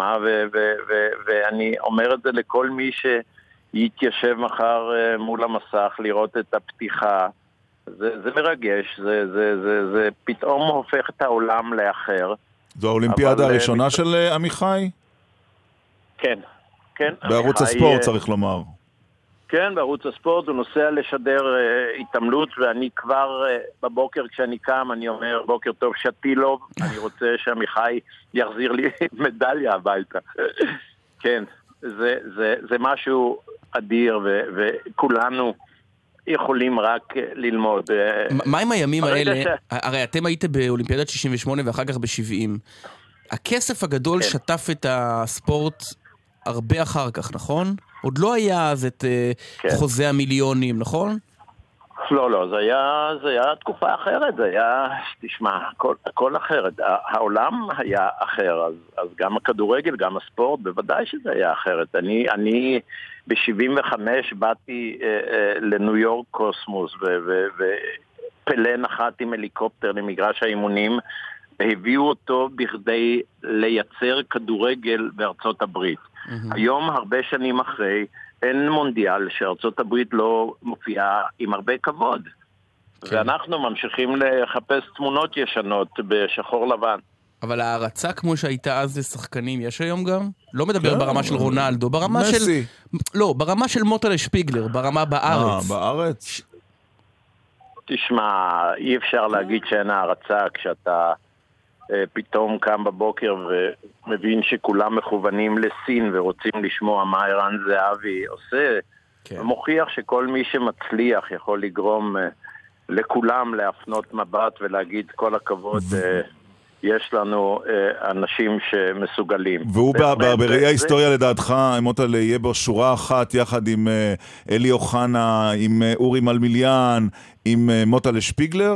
ואני אומר את זה לכל מי שיתיישב מחר מול המסך לראות את הפתיחה. זה מרגש, זה פתאום הופך את העולם לאחר. זו האולימפיאדה הראשונה של עמיחי? כן. בערוץ הספורט צריך לומר. כן, בערוץ הספורט הוא נוסע לשדר התעמלות, ואני כבר בבוקר כשאני קם, אני אומר, בוקר טוב שטילוב, אני רוצה שעמיחי יחזיר לי מדליה הביתה. כן, זה משהו אדיר, וכולנו יכולים רק ללמוד. מה עם הימים האלה? הרי אתם הייתם באולימפיאדת 68 ואחר כך ב-70. הכסף הגדול שטף את הספורט הרבה אחר כך, נכון? עוד לא היה אז את חוזה המיליונים, נכון? לא, זה היה תקופה אחרת, זה היה, תשמע, הכל אחרת. העולם היה אחר, אז גם הכדורגל, גם הספורט, בוודאי שזה היה אחרת. אני ב-75 באתי לניו יורק קוסמוס, ופלה נחת עם הליקופטר למגרש האימונים, והביאו אותו בכדי לייצר כדורגל בארצות הברית. היום, הרבה שנים אחרי, אין מונדיאל שארצות הברית לא מופיעה עם הרבה כבוד. ואנחנו ממשיכים לחפש תמונות ישנות בשחור לבן. אבל ההרצה כמו שהייתה אז לשחקנים, יש היום גם? לא מדבר ברמה של רונלדו, ברמה של... לא, ברמה של מוטלה שפיגלר, ברמה בארץ. בארץ? תשמע, אי אפשר להגיד שאין ההרצה כשאתה פתאום קם בבוקר ומבין שכולם מכוונים לסין ורוצים לשמוע מה ערן זהבי עושה. מוכיח שכל מי שמצליח יכול לגרום לכולם להפנות מבט ולהגיד כל הכבוד, יש לנו אנשים שמסוגלים. והוא בראי ההיסטוריה לדעתך, מוטל, יהיה בו שורה אחת יחד עם אלי אוחנה, עם אורי מלמיליאן, עם מוטל שפיגלר?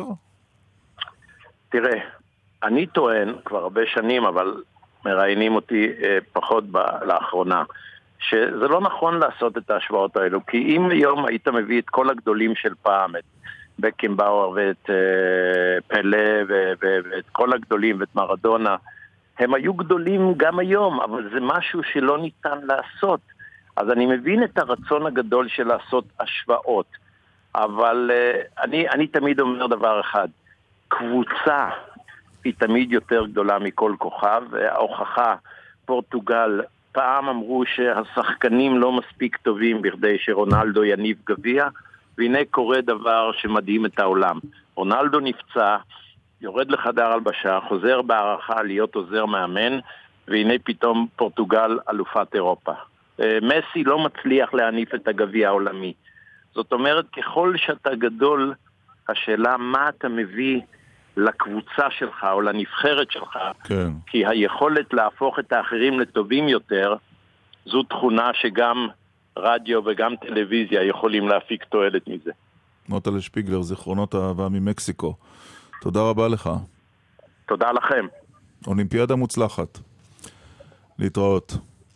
תראה, אני טוען כבר הרבה שנים, אבל מראיינים אותי פחות לאחרונה, שזה לא נכון לעשות את ההשוואות האלו, כי אם היום היית מביא את כל הגדולים של פעם, את בקנבאואר ואת פלה ואת כל הגדולים ואת מרדונה, הם היו גדולים גם היום, אבל זה משהו שלא ניתן לעשות. אז אני מבין את הרצון הגדול של לעשות השוואות, אבל אני תמיד אומר דבר אחד, קבוצה היא תמיד יותר גדולה מכל כוכב. ההוכחה, פורטוגל, פעם אמרו שהשחקנים לא מספיק טובים בכדי שרונלדו יניב גביע, והנה קורה דבר שמדהים את העולם. רונלדו נפצע, יורד לחדר הלבשה, חוזר בהערכה להיות עוזר מאמן, והנה פתאום פורטוגל אלופת אירופה. מסי לא מצליח להניף את הגביע העולמי. זאת אומרת, ככל שאתה גדול, השאלה מה אתה מביא לקבוצה שלך או לנבחרת שלך, כן. כי היכולת להפוך את האחרים לטובים יותר, זו תכונה שגם רדיו וגם טלוויזיה יכולים להפיק תועלת מזה. מוטל שפיגלר, זיכרונות אהבה ממקסיקו. תודה רבה לך. תודה לכם. אולימפיאדה מוצלחת. להתראות.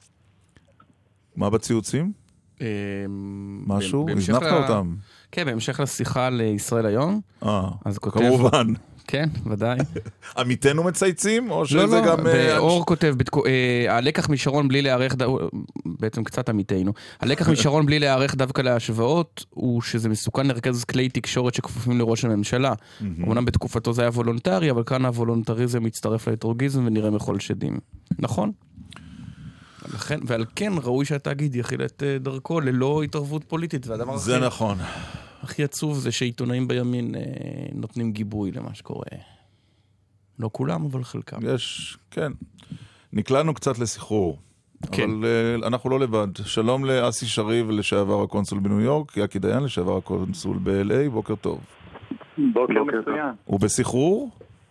מה בציוצים? משהו? הזנחת אותם. כן, בהמשך לשיחה לישראל היום. כמובן. כן, ודאי. עמיתנו מצייצים? או שזה גם... אור כותב, הלקח משרון בלי להערך, בעצם קצת עמיתנו, הלקח משרון בלי להערך דווקא להשוואות, הוא שזה מסוכן לרכז כלי תקשורת שכפופים לראש הממשלה. אמנם בתקופתו זה היה וולונטרי, אבל כאן הוולונטריזם מצטרף לאתרוגיזם ונראה מחול שדים. נכון? ועל כן ראוי שהתאגיד יכיל את דרכו ללא התערבות פוליטית. זה נכון. הכי עצוב זה שעיתונאים בימין נותנים גיבוי למה שקורה. לא כולם, אבל חלקם. כן. נקלענו קצת לסחרור. כן. אבל אנחנו לא לבד. שלום לאסי שריב, לשעבר הקונסול בניו יורק, יקי דיין, לשעבר הקונסול ב-LA, בוקר טוב. בוקר מצוין. הוא בסחרור?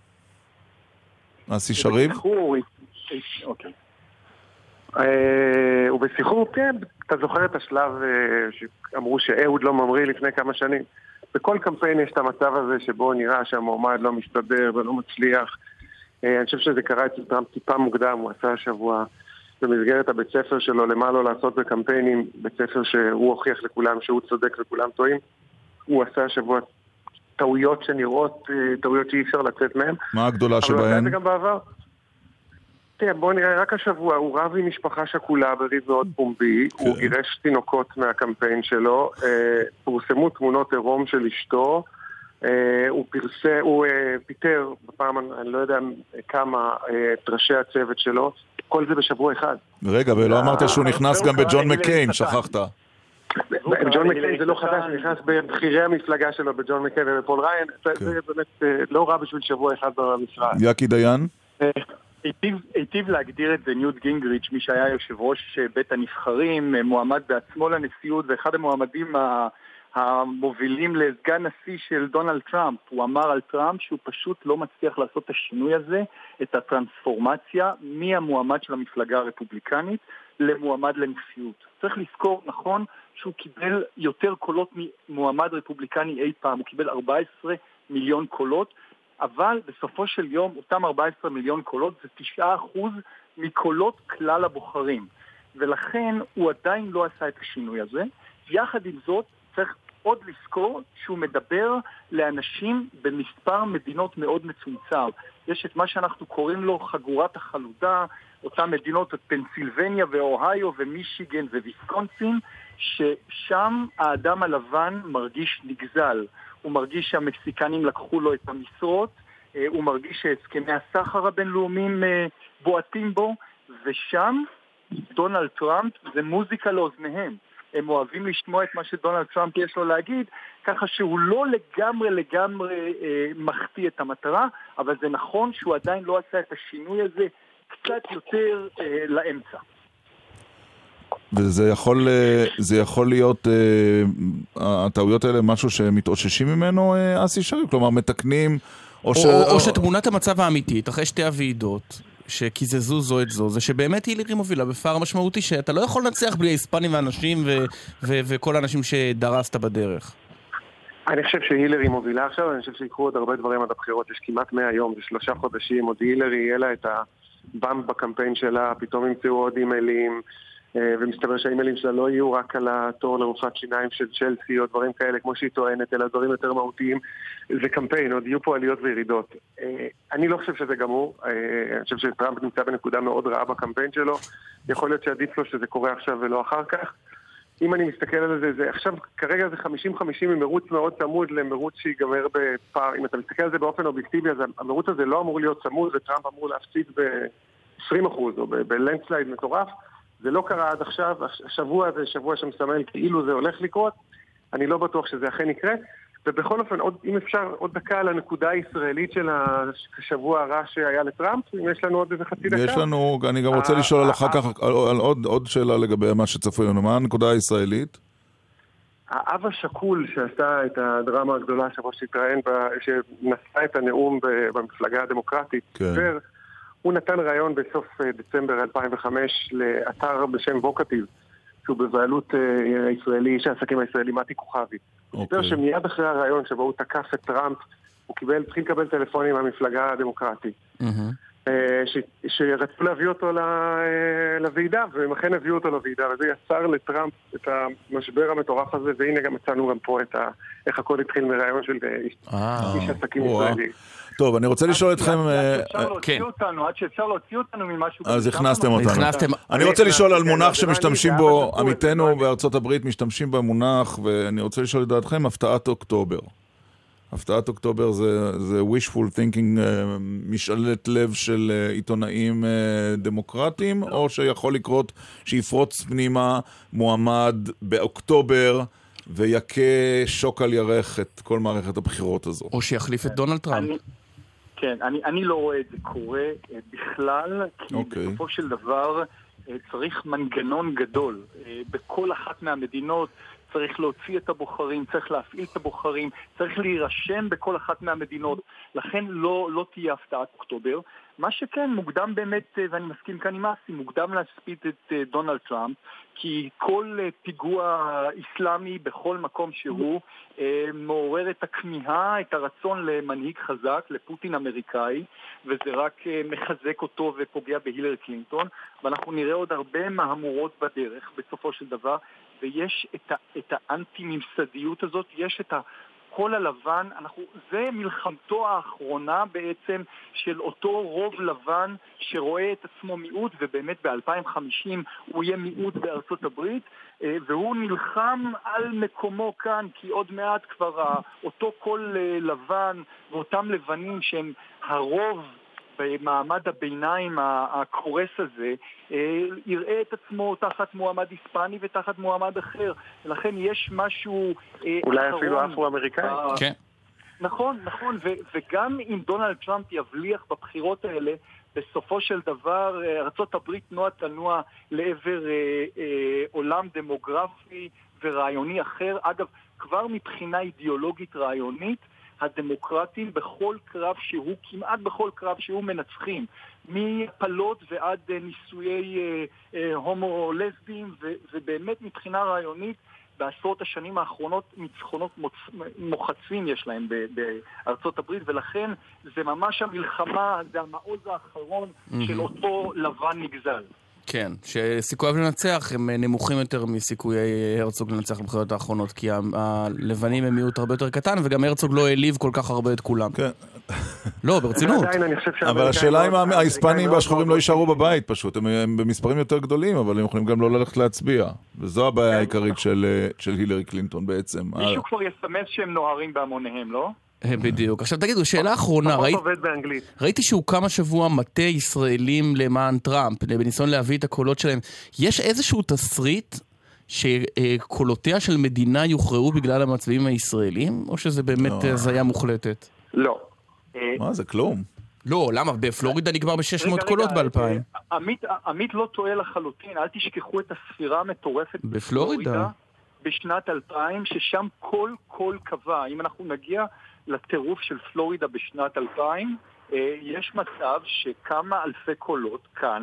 אסי שריב? בסחרור, אוקיי. הוא בסחרור, כן. אתה זוכר את השלב שאמרו שאהוד לא ממריא לפני כמה שנים? בכל קמפיין יש את המצב הזה שבו נראה שהמועמד לא מסתדר ולא מצליח. אני חושב שזה קרה אצל טראמפ טיפה מוקדם, הוא עשה השבוע במסגרת הבית ספר שלו, למה לא לעשות בקמפיינים, בית ספר שהוא הוכיח לכולם שהוא צודק וכולם טועים. הוא עשה השבוע טעויות שנראות, טעויות שאי אפשר לצאת מהם. מה הגדולה שבהן? אבל הוא עשה את זה גם בעבר. תראה, בוא נראה, רק השבוע הוא רב עם משפחה שכולה בריב מאוד פומבי, הוא גירש תינוקות מהקמפיין שלו, פורסמו תמונות עירום של אשתו, הוא פיטר בפעם, אני לא יודע כמה, את ראשי הצוות שלו, כל זה בשבוע אחד. רגע, ולא אמרת שהוא נכנס גם בג'ון מקיין, שכחת. ג'ון מקיין זה לא חדש, הוא נכנס בבחירי המפלגה שלו בג'ון מקיין ובפול ריין, זה באמת לא רע בשביל שבוע אחד במשרד. יקי דיין? היטיב להגדיר את זה ניוט גינגריץ', מי שהיה יושב ראש בית הנבחרים, מועמד בעצמו לנשיאות, ואחד המועמדים המובילים לסגן נשיא של דונלד טראמפ. הוא אמר על טראמפ שהוא פשוט לא מצליח לעשות את השינוי הזה, את הטרנספורמציה מהמועמד של המפלגה הרפובליקנית למועמד לנשיאות. צריך לזכור, נכון, שהוא קיבל יותר קולות ממועמד רפובליקני אי פעם, הוא קיבל 14 מיליון קולות, אבל בסופו של יום אותם 14 מיליון קולות זה 9% מקולות כלל הבוחרים, ולכן הוא עדיין לא עשה את השינוי הזה. יחד עם זאת צריך עוד לזכור שהוא מדבר לאנשים במספר מדינות מאוד מצומצם. יש את מה שאנחנו קוראים לו חגורת החלודה, אותן מדינות, את פנסילבניה ואוהיו ומישיגן וויסקונסין, ששם האדם הלבן מרגיש נגזל. הוא מרגיש שהמקסיקנים לקחו לו את המשרות, הוא מרגיש שהסכמי הסחר הבינלאומיים בועטים בו, ושם דונלד טראמפ זה מוזיקה לאוזניהם. הם אוהבים לשמוע את מה שדונלד טראמפ יש לו להגיד, ככה שהוא לא לגמרי מחטיא את המטרה, אבל זה נכון שהוא עדיין לא עשה את השינוי הזה קצת יותר לאמצע. וזה יכול להיות, הטעויות האלה, משהו שמתאוששים ממנו, אסי שריב? כלומר, מתקנים, או שתמונת המצב האמיתית, אחרי שתי הוועידות, שכיזזו זו את זו, זה שבאמת הילרי מובילה בפער משמעותי, שאתה לא יכול לנצח בלי היספנים ואנשים וכל האנשים שדרסת בדרך. אני חושב שהילרי מובילה עכשיו, אני חושב שיקחו עוד הרבה דברים עד הבחירות, יש כמעט 100 יום, זה 3 חודשים, עוד הילרי יהיה לה את הבאמפ בקמפיין שלה, פתאום ימצאו עוד אימיילים, ומסתבר שהאימיילים שלה לא יהיו רק על התור לרופאת שיניים של צ'לסי או דברים כאלה כמו שהיא טוענת, אלא דברים יותר מהותיים. זה קמפיין, עוד יהיו פה עליות וירידות. אני לא חושב שזה גמור, אני חושב שטראמפ נמצא בנקודה מאוד רעה בקמפיין שלו, יכול להיות שעדיף לו שזה קורה עכשיו ולא אחר כך. אם אני מסתכל על זה, עכשיו כרגע זה 50-50 ממרוץ מאוד צמוד למרוץ שיגמר בפער. אם אתה מסתכל על זה באופן אובייקטיבי, אז המרוץ הזה לא אמור להיות צמוד, וטראמפ אמור להפסיד ב-20% או בלנדסלייד מטורף. זה לא קרה עד עכשיו, השבוע זה שבוע שמסמל כאילו זה הולך לקרות, אני לא בטוח שזה אכן יקרה, ובכל אופן, אם אפשר, עוד דקה על הנקודה הישראלית של השבוע הרע שהיה לטראמפ, אם יש לנו עוד איזה חצי דקה. יש לנו, אני גם רוצה לשאול על אחר כך, על עוד שאלה לגבי מה שצפוי לנו, מה הנקודה הישראלית? האב השכול שעשה את הדרמה הגדולה שבו שהתראיין, שנשא את הנאום במפלגה הדמוקרטית, הוא נתן רעיון בסוף דצמבר 2005 לאתר בשם ווקטיב, שהוא בבעלות הישראלי, איש העסקים הישראלי, מתי כוכבי. הוא סיפר שמיד אחרי הרעיון שבו הוא תקף את טראמפ, הוא התחיל לקבל טלפונים מהמפלגה הדמוקרטית, שרצו להביא אותו לוועידה, והם אכן הביאו אותו לוועידה, וזה יצר לטראמפ את המשבר המטורף הזה, והנה גם מצאנו גם פה איך הכל התחיל מרעיון של איש העסקים ישראלי. טוב, אני רוצה לשאול אתכם... עד שאפשר להוציא אותנו ממשהו... אז הכנסתם אותנו. אני רוצה לשאול על מונח שמשתמשים בו, עמיתנו בארצות הברית משתמשים במונח, ואני רוצה לשאול את דעתכם, הפתעת אוקטובר. הפתעת אוקטובר זה wishful thinking, משאלת לב של עיתונאים דמוקרטיים, או שיכול לקרות שיפרוץ פנימה מועמד באוקטובר ויקה שוק על ירך את כל מערכת הבחירות הזו. או שיחליף את דונלד טראמפ. כן, אני לא רואה את זה קורה בכלל, כי בסופו של דבר צריך מנגנון גדול. בכל אחת מהמדינות צריך להוציא את הבוחרים, צריך להפעיל את הבוחרים, צריך להירשם בכל אחת מהמדינות. לכן לא תהיה הפתעת אוקטובר. מה שכן, מוקדם באמת, ואני מסכים כאן עם אסי, מוקדם להספיד את דונלד טראמפ, כי כל פיגוע איסלאמי בכל מקום שהוא מעורר את הכמיהה, את הרצון למנהיג חזק, לפוטין אמריקאי, וזה רק מחזק אותו ופוגע בהילרי קלינטון, ואנחנו נראה עוד הרבה מהמורות בדרך בסופו של דבר, ויש את האנטי-ממסדיות הזאת, יש את הקול הלבן, זה מלחמתו האחרונה בעצם של אותו רוב לבן שרואה את עצמו מיעוט, ובאמת ב-2050 הוא יהיה מיעוט בארצות הברית, והוא נלחם על מקומו כאן, כי עוד מעט כבר אותו קול לבן ואותם לבנים שהם הרוב במעמד הביניים הקורס הזה, יראה את עצמו תחת מועמד היספני ותחת מועמד אחר. לכן יש משהו אולי אפילו אפרו-אמריקאי. כן. נכון, וגם אם דונלד טראמפ יבליח בבחירות האלה, בסופו של דבר ארצות הברית תנוע לעבר עולם דמוגרפי ורעיוני אחר. אגב, כבר מבחינה אידיאולוגית רעיונית, הדמוקרטים בכל קרב שהוא, כמעט בכל קרב שהוא מנצחים, מפלות ועד ניסויי הומו-לסביים, ובאמת מבחינה רעיונית, בעשרות השנים האחרונות ניצחונות מוחצים יש להם בארצות הברית, ולכן זה ממש המלחמה, זה המעוז האחרון של אותו לבן נגזל. כן, שסיכוייו לנצח הם נמוכים יותר מסיכויי הרצוג לנצח בבחירות האחרונות, כי הלבנים הם מיעוט הרבה יותר קטן, וגם הרצוג לא העליב כל כך הרבה את כולם. כן. לא, ברצינות. אבל השאלה אם ההיספנים והשחורים לא יישארו בבית פשוט, הם במספרים יותר גדולים, אבל הם יכולים גם לא ללכת להצביע. וזו הבעיה העיקרית של הילרי קלינטון בעצם. מישהו כבר יסמס שהם נוהרים בהמוניהם, לא? בדיוק. עכשיו תגידו, שאלה אחרונה, ראיתי שהוקם השבוע מטה ישראלים למען טראמפ, בניסיון להביא את הקולות שלהם. יש איזשהו תסריט שקולותיה של מדינה יוכרעו בגלל המצביעים הישראלים, או שזה באמת זיה מוחלטת? לא. מה, זה כלום. לא, למה? בפלורידה נגמר ב-600 קולות ב-2000. עמית לא טועה לחלוטין, אל תשכחו את הספירה המטורפת בפלורידה בשנת 2000, ששם כל קול קבע. אם אנחנו נגיע לטירוף של פלורידה בשנת 2000, יש מצב שכמה אלפי קולות כאן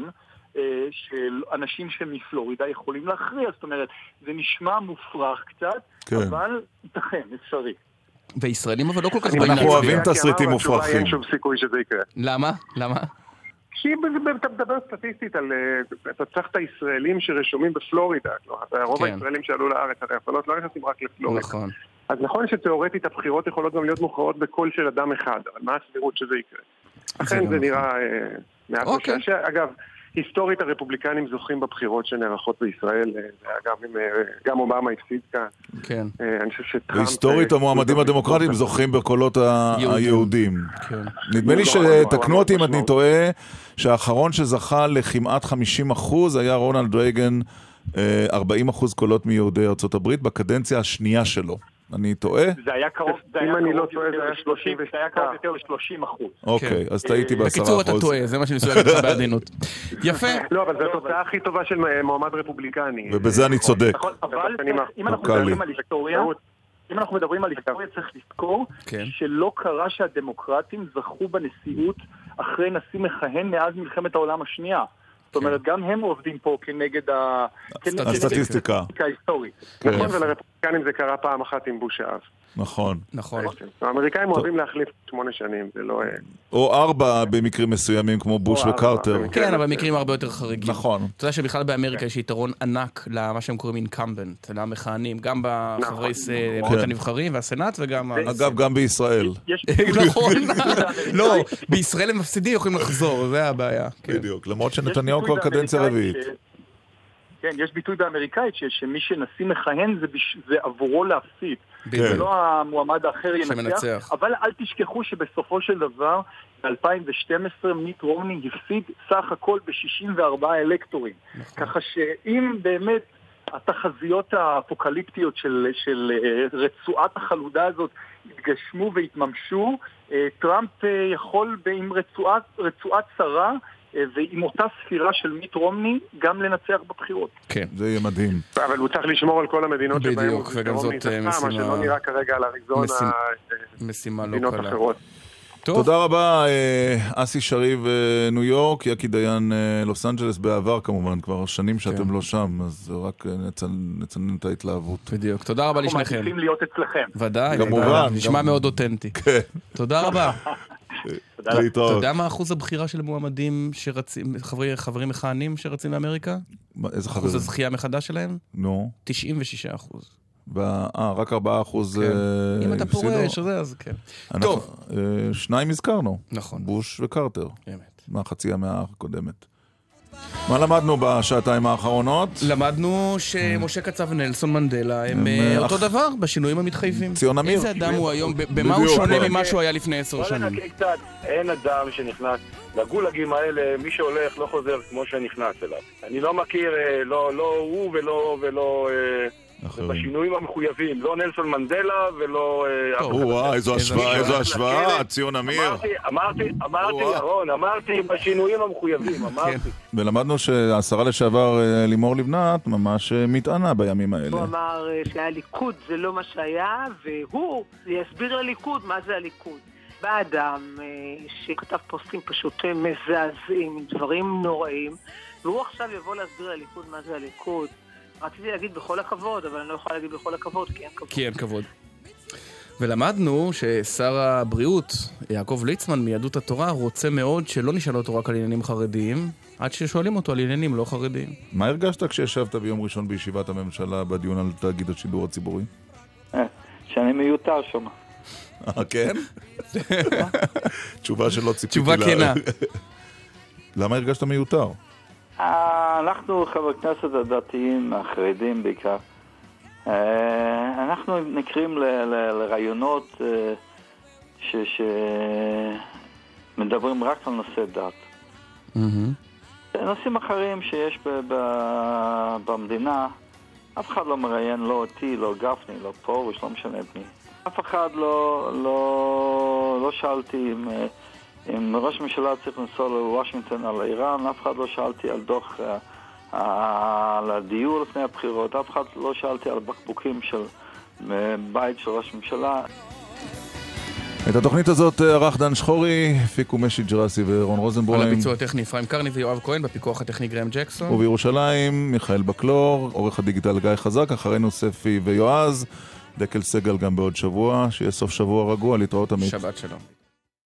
של אנשים שמפלורידה יכולים להכריע. זאת אומרת, זה נשמע מופרך קצת, אבל ייתכן, אפשרי. וישראלים אבל לא כל כך אנחנו אוהבים תסריטים מופרכים. אין שום סיכוי שזה יקרה. למה? כי אתה מדבר סטטיסטית על, אתה צריך את הישראלים שרשומים בפלורידה, רוב הישראלים שעלו לארץ, הרי הפעלות לא נכנסים רק לפלורידה. נכון. אז נכון שתיאורטית הבחירות יכולות גם להיות מוכרעות בקול של אדם אחד, אבל מה הסבירות שזה יקרה? לכן זה נראה מעט משעשע. אגב, היסטורית הרפובליקנים זוכים בבחירות שנערכות בישראל, גם אובמה הפסיד כאן. כן. אני חושב שטראמפ... והיסטורית המועמדים הדמוקרטיים זוכים בקולות היהודים. נדמה לי שתקנו אותי אם אני טועה, שהאחרון שזכה לכמעט 50% היה רונלד רייגן, 40% קולות מיהודי ארצות הברית בקדנציה השנייה שלו. אני טועה? זה היה קרוב, אם אני לא טועה זה היה 30, זה היה קרוב יותר ל-30%. אוקיי, אז טעיתי ב10%. בקיצור אתה טועה, זה מה שאני ניסוי להגיד לך בעדינות. יפה. לא, אבל זו התוצאה הכי טובה של מועמד רפובליקני. ובזה אני צודק. אבל אם אנחנו מדברים על היסטוריה, צריך לזכור שלא קרה שהדמוקרטים זכו בנשיאות אחרי נשיא מכהן מאז מלחמת העולם השנייה. זאת אומרת, גם הם עובדים פה כנגד הסטטיסטיקה ההיסטורית. נכון, ולרפובליקנים זה קרה פעם אחת עם בוש האב. נכון. האמריקאים אוהבים להחליף 8 שנים, זה לא... או 4 במקרים מסוימים כמו בוש וקרטר. כן, אבל במקרים הרבה יותר חריגים. נכון. אתה יודע שבכלל באמריקה יש יתרון ענק למה שהם קוראים אינקמבנט, למכהנים, גם בחברי בית הנבחרים והסנאט וגם... אגב, גם בישראל. נכון. לא, בישראל הם מפסידים, יכולים לחזור, זה הבעיה. בדיוק, למרות שנתניהו כבר קדנציה רביעית. כן, יש ביטוי באמריקאית שמי שנשיא מכהן זה עבורו להפסיד. ולא המועמד האחר ינצח. אבל אל תשכחו שבסופו של דבר, ב-2012 מיט רומני הפסיד סך הכל ב-64 אלקטורים. ככה שאם באמת התחזיות האפוקליפטיות של רצועת החלודה הזאת התגשמו והתממשו, טראמפ יכול עם רצועת צרה ועם אותה ספירה של מיט רומני גם לנצח בבחירות. כן, זה יהיה מדהים. אבל הוא צריך לשמור על כל המדינות שבהם בדיוק, וגם זאת משימה, מה שלא נראה כרגע על אריזונה, מדינות אחרות. תודה רבה, אסי שריב ניו יורק, יקי דיין לוס אנג'לס, בעבר כמובן, כבר שנים שאתם לא שם, אז רק נצנן את ההתלהבות. בדיוק, תודה רבה לשניכם. אנחנו מעדיפים להיות אצלכם. ודאי, כמובן. נשמע מאוד אותנטי. תודה רבה. אתה יודע מה אחוז הבחירה של מועמדים שרצים, חברים מכהנים שרצים לאמריקה? איזה אחוז הזכייה מחדש שלהם? נו. 96%. רק 4% הפסידו. אם אתה פורש, אז כן. טוב. 2 הזכרנו. נכון. בוש וקרטר. באמת. מהחצי המאה הקודמת. מה למדנו בשעתיים האחרונות? למדנו שמשה קצב ונלסון מנדלה הם אותו דבר בשינויים המתחייבים. ציון אמיר. איזה אדם הוא היום? במה הוא שונה ממה שהוא היה לפני 10 שנים? אין אדם שנכנס לגולגים האלה, מי שהולך לא חוזר כמו שנכנס אליו. אני לא מכיר, לא הוא ולא בשינויים המחויבים, לא נלסון מנדלה ולא... איזו השוואה, ציון אמיר. אמרתי, ירון, אמרתי בשינויים המחויבים, אמרתי. ולמדנו שהשרה לשעבר לימור לבנת ממש מתענה בימים האלה. הוא אמר שהיה ליכוד, זה לא מה שהיה, והוא יסביר לליכוד מה זה הליכוד. בא אדם שכתב פוסטים פשוט מזעזעים, דברים נוראים, והוא עכשיו יבוא להסביר לליכוד מה זה הליכוד. רציתי להגיד בכל הכבוד, אבל אני לא יכולה להגיד בכל הכבוד, כי אין כבוד. ולמדנו ששר הבריאות, יעקב ליצמן מיהדות התורה, רוצה מאוד שלא נשאל אותו רק על עניינים חרדיים, עד ששואלים אותו על עניינים לא חרדיים. מה הרגשת כשישבת ביום ראשון בישיבת הממשלה בדיון על תאגיד השידור הציבורי? שאני מיותר שם. כן? תשובה שלא ציפיתי לה. תשובה כנה. למה הרגשת מיותר? אנחנו חברי כנסת הדתיים, החרדים בעיקר, אנחנו נקרים לרעיונות שמדברים רק על נושא דת. נושאים אחרים שיש במדינה, אף אחד לא מראיין, לא אותי, לא גפני, לא פרוש, לא משנה את מי. אף אחד לא שאלתי אם ראש הממשלה צריך לנסוע לוושינגטון על איראן, אף אחד לא שאלתי על דוח על הדיור לפני הבחירות, אף אחד לא שאלתי על בקבוקים של בית של ראש הממשלה. את התוכנית הזאת ערך דן שחורי, הפיקו משי ג'רסי ורון רוזנבוים. על הביצוע הטכני אפרים קרני ויואב כהן, בפיקוח הטכני גרם ג'קסון. ובירושלים מיכאל בקלור, עורך הדיגיטל גיא חזק, אחרינו ספי ויועז, דקל סגל גם בעוד שבוע, שיהיה סוף שבוע רגוע, להתראות עמית. שבת שלום.